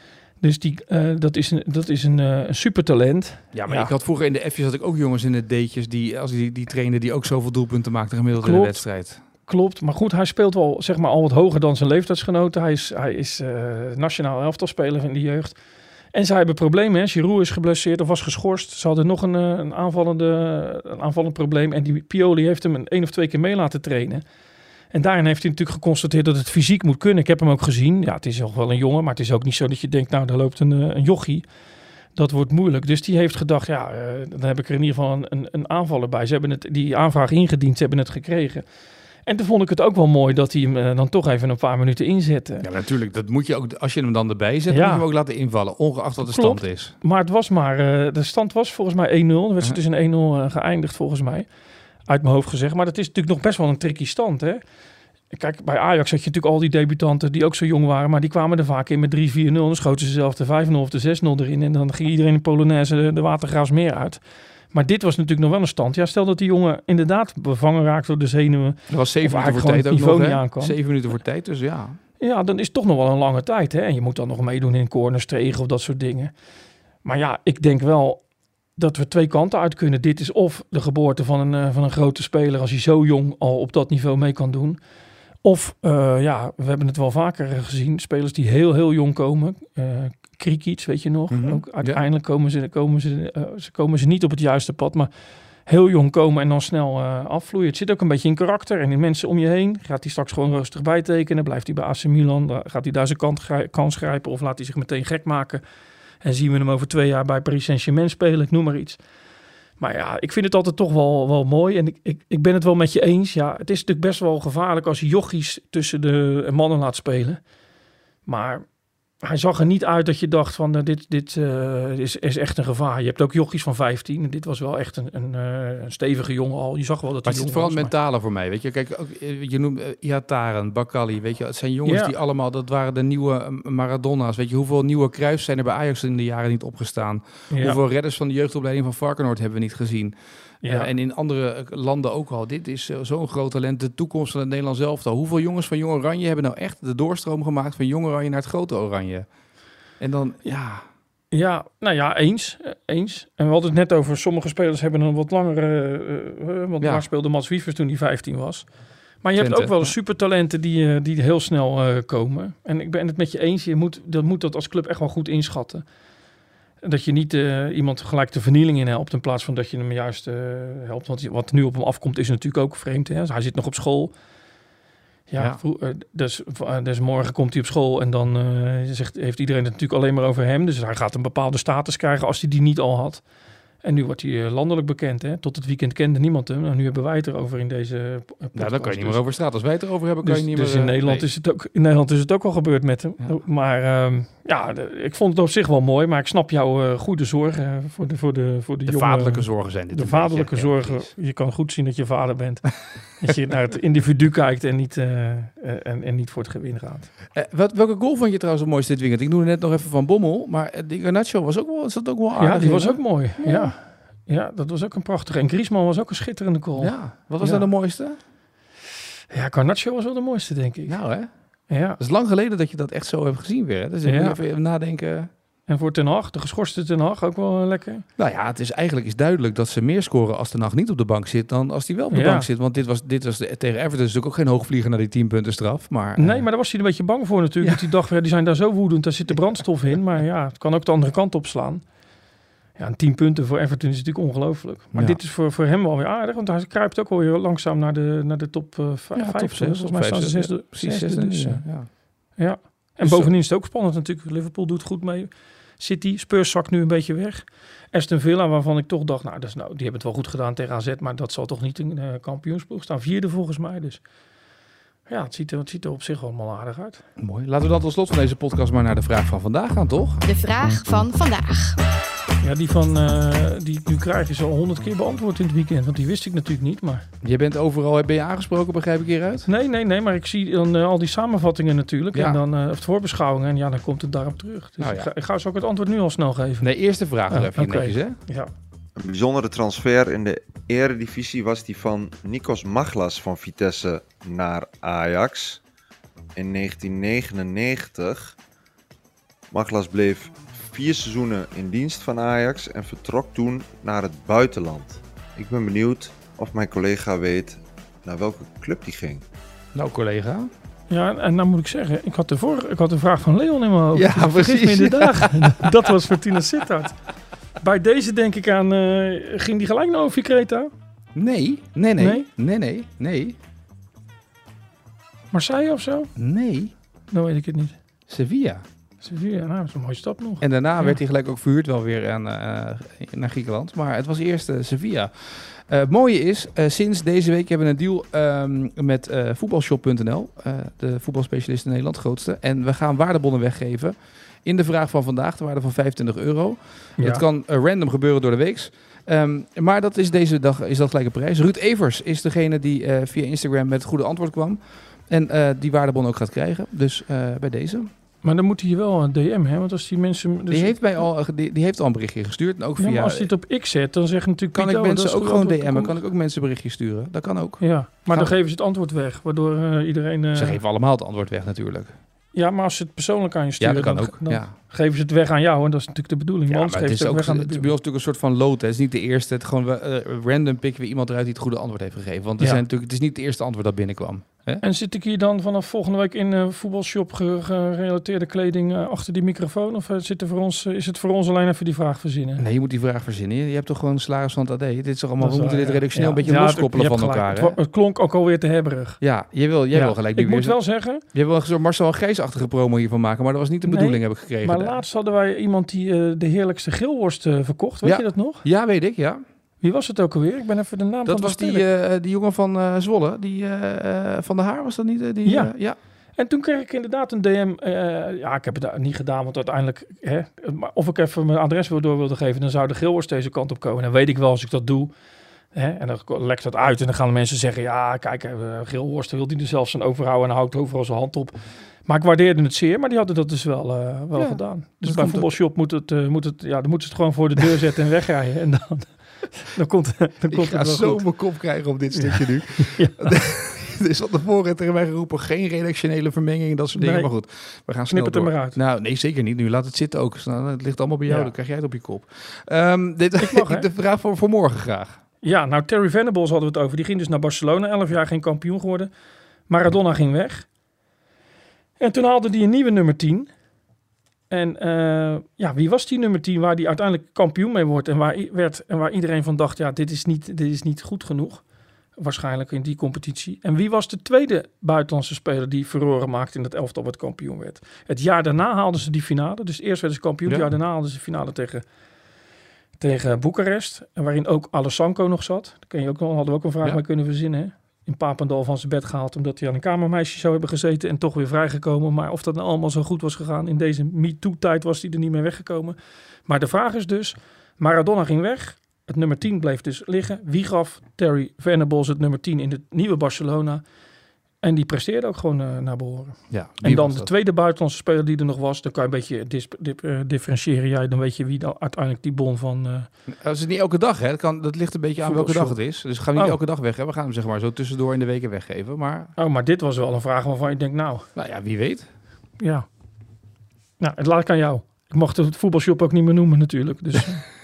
Dus die, uh, dat is een, dat is een, uh, een supertalent. Ja, maar Ja. ik had vroeger in de F'jes had ik ook jongens in de D'tjes die, als die, die trainen, die ook zoveel doelpunten maakten gemiddeld in Klopt. een wedstrijd. Klopt, maar goed, hij speelt wel zeg maar al wat hoger dan zijn leeftijdsgenoten. Hij is, hij is uh, nationaal elftalspeler in de jeugd. En zij hebben problemen. Hè. Giroud is geblesseerd of was geschorst. Ze hadden nog een, uh, een, aanvallende, een aanvallend probleem. En die Pioli heeft hem een één of twee keer mee laten trainen. En daarin heeft hij natuurlijk geconstateerd dat het fysiek moet kunnen. Ik heb hem ook gezien. Ja, het is nog wel een jongen, maar het is ook niet zo dat je denkt, nou, daar loopt een, een jochie. Dat wordt moeilijk. Dus die heeft gedacht, ja, uh, dan heb ik er in ieder geval een, een, een aanvaller bij. Ze hebben het, die aanvraag ingediend, ze hebben het gekregen. En toen vond ik het ook wel mooi dat hij hem uh, dan toch even een paar minuten inzette. Ja, natuurlijk. Dat moet je ook, als je hem dan erbij zet, Ja. moet je hem ook laten invallen, ongeacht wat de Klopt. stand is. Maar het was maar, uh, de stand was volgens mij één nul. De wedstrijd is in één nul uh, geëindigd volgens mij. Uit mijn hoofd gezegd. Maar dat is natuurlijk nog best wel een tricky stand, hè. Kijk, bij Ajax had je natuurlijk al die debutanten die ook zo jong waren. Maar die kwamen er vaak in met drie vier nul. Dan schoten ze zelf de vijf nul of de zes nul erin. En dan ging iedereen in Polonaise de, de Watergraafsmeer uit. Maar dit was natuurlijk nog wel een stand. Ja, stel dat die jongen inderdaad bevangen raakt door de zenuwen. Er was zeven Of minuten voor eigenlijk tijd ook gewoon nog, het hè? niveau niet aankwam. Zeven minuten voor tijd, dus ja. Ja, dan is het toch nog wel een lange tijd. Hè? En je moet dan nog meedoen in corners tegen of dat soort dingen. Maar ja, ik denk wel dat we twee kanten uit kunnen. Dit is of de geboorte van een, uh, van een grote speler als hij zo jong al op dat niveau mee kan doen. Of, uh, ja, we hebben het wel vaker gezien. Spelers die heel, heel jong komen. Uh, Krikic, weet je nog. Mm-hmm. Ook uiteindelijk ja. komen, ze, komen, ze, uh, ze komen ze niet op het juiste pad. Maar heel jong komen en dan snel uh, afvloeien. Het zit ook een beetje in karakter en in mensen om je heen. Gaat hij straks gewoon rustig bijtekenen? Blijft hij bij A C Milan? Gaat hij daar zijn kant grij- kans grijpen? Of laat hij zich meteen gek maken? En zien we hem over twee jaar bij Paris Saint-Germain spelen? Ik noem maar iets. Maar ja, ik vind het altijd toch wel, wel mooi. En ik, ik, ik ben het wel met je eens. Ja, het is natuurlijk best wel gevaarlijk als je jochies tussen de mannen laat spelen. Maar hij zag er niet uit dat je dacht van uh, dit, dit uh, is, is echt een gevaar. Je hebt ook jochies van vijftien. En dit was wel echt een, een, uh, een stevige jongen al. Je zag wel dat hij Maar het jong zit vooral was. het mentale voor mij, weet je. Kijk, ook, je noemt uh, Ihataren, Bakali, weet je. Het zijn jongens Ja. die allemaal, dat waren de nieuwe uh, Maradona's. Weet je, hoeveel nieuwe Cruijffs zijn er bij Ajax in de jaren niet opgestaan? Ja. Hoeveel redders van de jeugdopleiding van Varkenoord hebben we niet gezien? Ja. Uh, en in andere landen ook al. Dit is uh, zo'n groot talent, de toekomst van het Nederlands elftal. Hoeveel jongens van Jong Oranje hebben nou echt de doorstroom gemaakt van Jong Oranje naar het grote Oranje? En dan, ja... Ja, nou ja, eens. eens. En we hadden het net over, sommige spelers hebben een wat langere... Uh, want Ja. waar speelde Mats Wiefers toen hij vijftien was? Maar je Twente, hebt ook wel ja. supertalenten die, uh, die heel snel uh, komen. En ik ben het met je eens, je moet dat, moet dat als club echt wel goed inschatten. Dat je niet uh, iemand gelijk de vernieling in helpt, in plaats van dat je hem juist uh, helpt. Want wat nu op hem afkomt is natuurlijk ook vreemd. Hè? Dus hij zit nog op school. Ja, Ja. vro- uh, dus, uh, dus morgen komt hij op school en dan uh, zegt, heeft iedereen het natuurlijk alleen maar over hem. Dus hij gaat een bepaalde status krijgen als hij die niet al had. En nu wordt hij uh, landelijk bekend. Hè? Tot het weekend kende niemand hem. Nou, nu hebben wij het erover in deze uh, podcast. Nou, daar kan je niet Dus- meer over straat. Als wij het erover hebben, kan dus, je niet dus meer... in, uh, Nederland nee. is het ook, in Nederland is het ook al gebeurd met hem. Ja. Maar um, ja, de, ik vond het op zich wel mooi. Maar ik snap jouw uh, goede zorgen uh, voor de, voor de, voor de, De jonge... vaderlijke zorgen zijn dit De een vaderlijke beetje. Ja, zorgen. precies. Je kan goed zien dat je vader bent. Dat je naar het individu kijkt en niet, uh, uh, en, en niet voor het gewin gaat. Eh, wat, welke goal vond je trouwens het mooiste dit weekend? Ik noemde net nog even Van Bommel, maar uh, die Garnacho was ook wel, zat ook wel aardig. Ja, die in, was hè? ook mooi. Ja. Ja. Ja, dat was ook een prachtige. En Griezmann was ook een schitterende goal. Ja, Ja, wat was Ja. dan de mooiste? Garnacho was wel de mooiste, denk ik. Nou hè, Ja. dat is lang geleden dat je dat echt zo hebt gezien weer. Hè? Dus ik Ja. moet even nadenken. En voor Ten Hag, de geschorste Ten Hag, ook wel uh, lekker. Nou ja, het is eigenlijk is duidelijk dat ze meer scoren als de nacht niet op de bank zit dan als die wel op de Ja. bank zit. Want dit was, dit was de, tegen Everton is natuurlijk ook geen hoogvlieger naar die tien punten straf. Maar, Nee, eh, maar daar was hij een beetje bang voor natuurlijk. Ja. Dat hij dacht, ja, die zijn daar zo woedend, daar zit de brandstof in. Maar ja, het kan ook de andere kant opslaan. Ja, en tien punten voor Everton is natuurlijk ongelooflijk. Maar Ja. dit is voor, voor hem wel weer aardig, want hij kruipt ook alweer langzaam naar de, naar de top uh, vijf. ja, top zes, Volgens mij staan ze zesde. Precies, zesde, zesde. dus, ja. ja. Ja. Ja. En Dus, bovendien is het ook spannend natuurlijk. Liverpool doet goed mee. City, Spurs zakt nu een beetje weg. Aston Villa, waarvan ik toch dacht, nou, dat is, nou die hebben het wel goed gedaan tegen A Z, maar dat zal toch niet een uh, kampioensploeg staan. Vierde volgens mij, dus ja, het ziet, er, het ziet er op zich allemaal aardig uit. Mooi. Laten we dan tot slot van deze podcast maar naar de vraag van vandaag gaan, toch? De vraag van vandaag. Ja, die van uh, die ik nu krijg is al honderd keer beantwoord in het weekend, want die wist ik natuurlijk niet, maar... Je bent overal, ben je aangesproken, begrijp ik hieruit? Nee, nee, nee, maar ik zie dan uh, al die samenvattingen natuurlijk Ja. en dan uh, of voorbeschouwingen en ja, dan komt het daarop terug. Dus Nou ik, ja. ga, ik ga zo ook het antwoord nu al snel geven. Nee, eerste vraag nog Ah, even oké. netjes, hè? Ja. Een bijzondere transfer in de eredivisie was die van Nikos Maglas van Vitesse naar Ajax in negentien negenennegentig. Maglas bleef vier seizoenen in dienst van Ajax en vertrok toen naar het buitenland. Ik ben benieuwd of mijn collega weet naar welke club die ging. Nou, collega. Ja, en nou moet ik zeggen, ik had de, vorige, ik had de vraag van Leon in mijn hoofd. Ja, Dus ik vergis precies. me in de dagen. Dat was Fortuna Sittard. Bij deze denk ik aan, uh, ging die gelijk naar O V Kreta? Nee, nee, nee, Nee? nee, nee, nee, Marseille of zo? nee. Dan weet ik het niet. Sevilla. Sevilla, nou, dat is een mooie stap nog. En daarna Ja. werd hij gelijk ook verhuurd wel weer aan, uh, naar Griekenland. Maar het was eerst uh, Sevilla. Uh, het mooie is, uh, sinds deze week hebben we een deal um, met uh, voetbalshop punt n l. Uh, de voetbalspecialist in Nederland, grootste. En we gaan waardebonnen weggeven in de vraag van vandaag. De waarde van vijfentwintig euro. Ja. Dat kan uh, random gebeuren door de weeks. Um, maar dat is deze dag is dat gelijke prijs. Ruud Evers is degene die uh, via Instagram met het goede antwoord kwam. En uh, die waardebon ook gaat krijgen. Dus uh, bij deze. Maar dan moet hij je wel een D M, hè? Want als die mensen... Dus Die, heeft mij al, die, die heeft al een berichtje gestuurd. En ook ja, via, maar als hij het op X zet, dan zeggen natuurlijk... kan Piet, ik oh, dat mensen is ook goed gewoon antwoord, D M'en. kom. Kan ik ook mensen een berichtje sturen. Dat kan ook. Ja, maar Gaan dan we- geven ze het antwoord weg, waardoor uh, iedereen... Uh, Ze geven allemaal het antwoord weg natuurlijk. Ja, maar als ze het persoonlijk aan je Ja, sturen, dat kan dan, ook. dan Ja. geven ze het weg aan jou. En dat is natuurlijk de bedoeling. Ja, Want maar anders het is, geven ze ook, het weg aan het de is buurt. bij ons natuurlijk een soort van lood. hè. Het is niet de eerste. Het gewoon we, uh, random pikken we iemand eruit die het goede antwoord heeft gegeven. Want er Ja. zijn natuurlijk, het is niet het eerste antwoord dat binnenkwam. Hè? En zit ik hier dan vanaf volgende week in uh, voetbalshop ge- gerelateerde kleding uh, achter die microfoon? Of uh, zit er voor ons, uh, is het voor ons alleen even die vraag verzinnen? Nee, je moet die vraag verzinnen. Je hebt toch gewoon een salaris van het A D. Dit is toch allemaal, Dat we is moeten waar, dit ja. redactioneel Ja. een beetje Ja, loskoppelen je hebt van gelijk. elkaar. Hè? Het, wa- het klonk ook alweer te hebberig. Ja, je wil, jij Ja. wil gelijk nu Ik weer moet zo- wel zeggen... Je wil een soort Marcel en Gijs-achtige promo hiervan maken. Maar dat was niet de Nee, bedoeling, heb ik gekregen. Maar daar. laatst hadden wij iemand die uh, de heerlijkste grillworst uh, verkocht. Weet Ja. je dat nog? Ja, weet ik, ja. Wie was het ook alweer? Ik ben even de naam Dat van was de die, sterk. uh, die jongen van uh, Zwolle. Die uh, uh, Van der Haar was dat niet? Uh, die, Ja. uh, ja. En toen kreeg ik inderdaad een D M. Uh, ja, ik heb het niet gedaan, want uiteindelijk... Hè, maar of ik even mijn adres door wilde geven... dan zou de grillworst deze kant op komen. En dan weet ik wel als ik dat doe... Hè, en dan lekt dat uit en dan gaan de mensen zeggen... ja, kijk, uh, grillworst wil die er zelfs zijn overhouden... en houdt overal zijn hand op. Maar ik waardeerde het zeer, maar die hadden dat dus wel, uh, wel Ja, gedaan. Dus dat bij komt voetbalshop moet het, uh, moet het... Ja, dan moeten ze het gewoon voor de deur zetten en wegrijden. En dan, dan komt, dan Ik komt ga het wel zo goed. mijn kop krijgen op dit stukje nu. Ja. is van tevoren tegen mij geroepen, geen redactionele vermenging, dat soort dingen. Nee. Maar goed, we gaan snel Knip het door. er maar uit. Nou, nee, zeker niet. Nu laat het zitten ook. Nou, het ligt allemaal bij jou, Ja. dan krijg jij het op je kop. Um, dit, Ik mag, hè? de vraag voor, voor morgen graag. Ja, nou Terry Venables hadden we het over. Die ging dus naar Barcelona. elf jaar geen kampioen geworden. Maradona ging weg. En toen haalde hij een nieuwe nummer tien. En uh, ja, wie was die nummer tien waar hij uiteindelijk kampioen mee wordt? En waar, i- werd, en waar iedereen van dacht, ja, dit is, niet, dit is niet goed genoeg. Waarschijnlijk in die competitie. En wie was de tweede buitenlandse speler die furoren maakte in dat elftal wat kampioen werd? Het jaar daarna haalden ze die finale. Dus eerst werden ze kampioen. Ja. Het jaar daarna haalden ze de finale tegen... Tegen Boekarest, en waarin ook Alessandro nog zat. Daar kun je ook, nog- hadden we ook een vraag Ja. mee kunnen verzinnen. Hè? In Papendal van zijn bed gehaald, omdat hij aan een kamermeisje zou hebben gezeten en toch weer vrijgekomen. Maar of dat nou allemaal zo goed was gegaan, in deze MeToo-tijd was hij er niet meer weggekomen. Maar de vraag is dus, Maradona ging weg, het nummer tien bleef dus liggen. Wie gaf Terry Venables het nummer tien in het nieuwe Barcelona? En die presteerde ook gewoon uh, naar behoren. Ja, En dan de tweede buitenlandse speler die er nog was, dan kan je een beetje dis- dip- uh, differentiëren. Jij, dan weet je wie dan uiteindelijk die bon van... Uh, Dat is niet elke dag, hè? Dat, kan, dat ligt een beetje aan welke dag het is. Dus we gaan niet Oh. elke dag weg, hè? We gaan hem zeg maar zo tussendoor in de weken weggeven. Maar, Oh, maar dit was wel een vraag waarvan je denkt, nou... nou ja, wie weet. Ja. Nou, het laat ik aan jou. Ik mocht het voetbalshop ook niet meer noemen natuurlijk. Dus...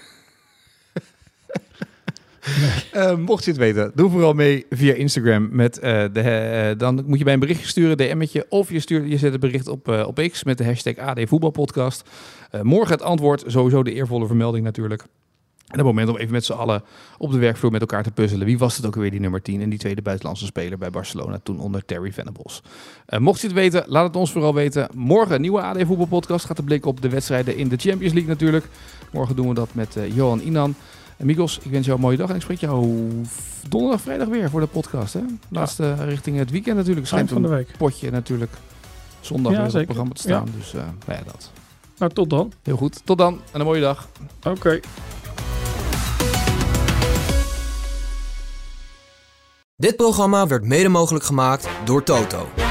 Nee. Uh, mocht je het weten, doe vooral mee via Instagram. Met, uh, de, uh, dan moet je bij een berichtje sturen, D M'tje. Of je, stuurt, je zet het bericht op, uh, op X met de hashtag A D Voetbalpodcast. Uh, morgen het antwoord, sowieso de eervolle vermelding natuurlijk. En het moment om even met z'n allen op de werkvloer met elkaar te puzzelen. Wie was het ook weer, die nummer tien en die tweede buitenlandse speler bij Barcelona toen onder Terry Venables. Uh, mocht je het weten, laat het ons vooral weten. Morgen een nieuwe A D Voetbalpodcast. Gaat de blik op de wedstrijden in de Champions League natuurlijk. Morgen doen we dat met uh, Johan Inan. En Mikos, ik wens jou een mooie dag en ik spreek jou donderdag, vrijdag weer voor de podcast. Hè? Laatste ja. richting het weekend natuurlijk. Schijnt van de week. Potje natuurlijk. Zondag ja, weer op zeker. het programma te staan. Ja. Dus uh, nou ja, dat. Nou, tot dan. Heel goed. Tot dan en een mooie dag. Oké. Okay. Dit programma werd mede mogelijk gemaakt door Toto.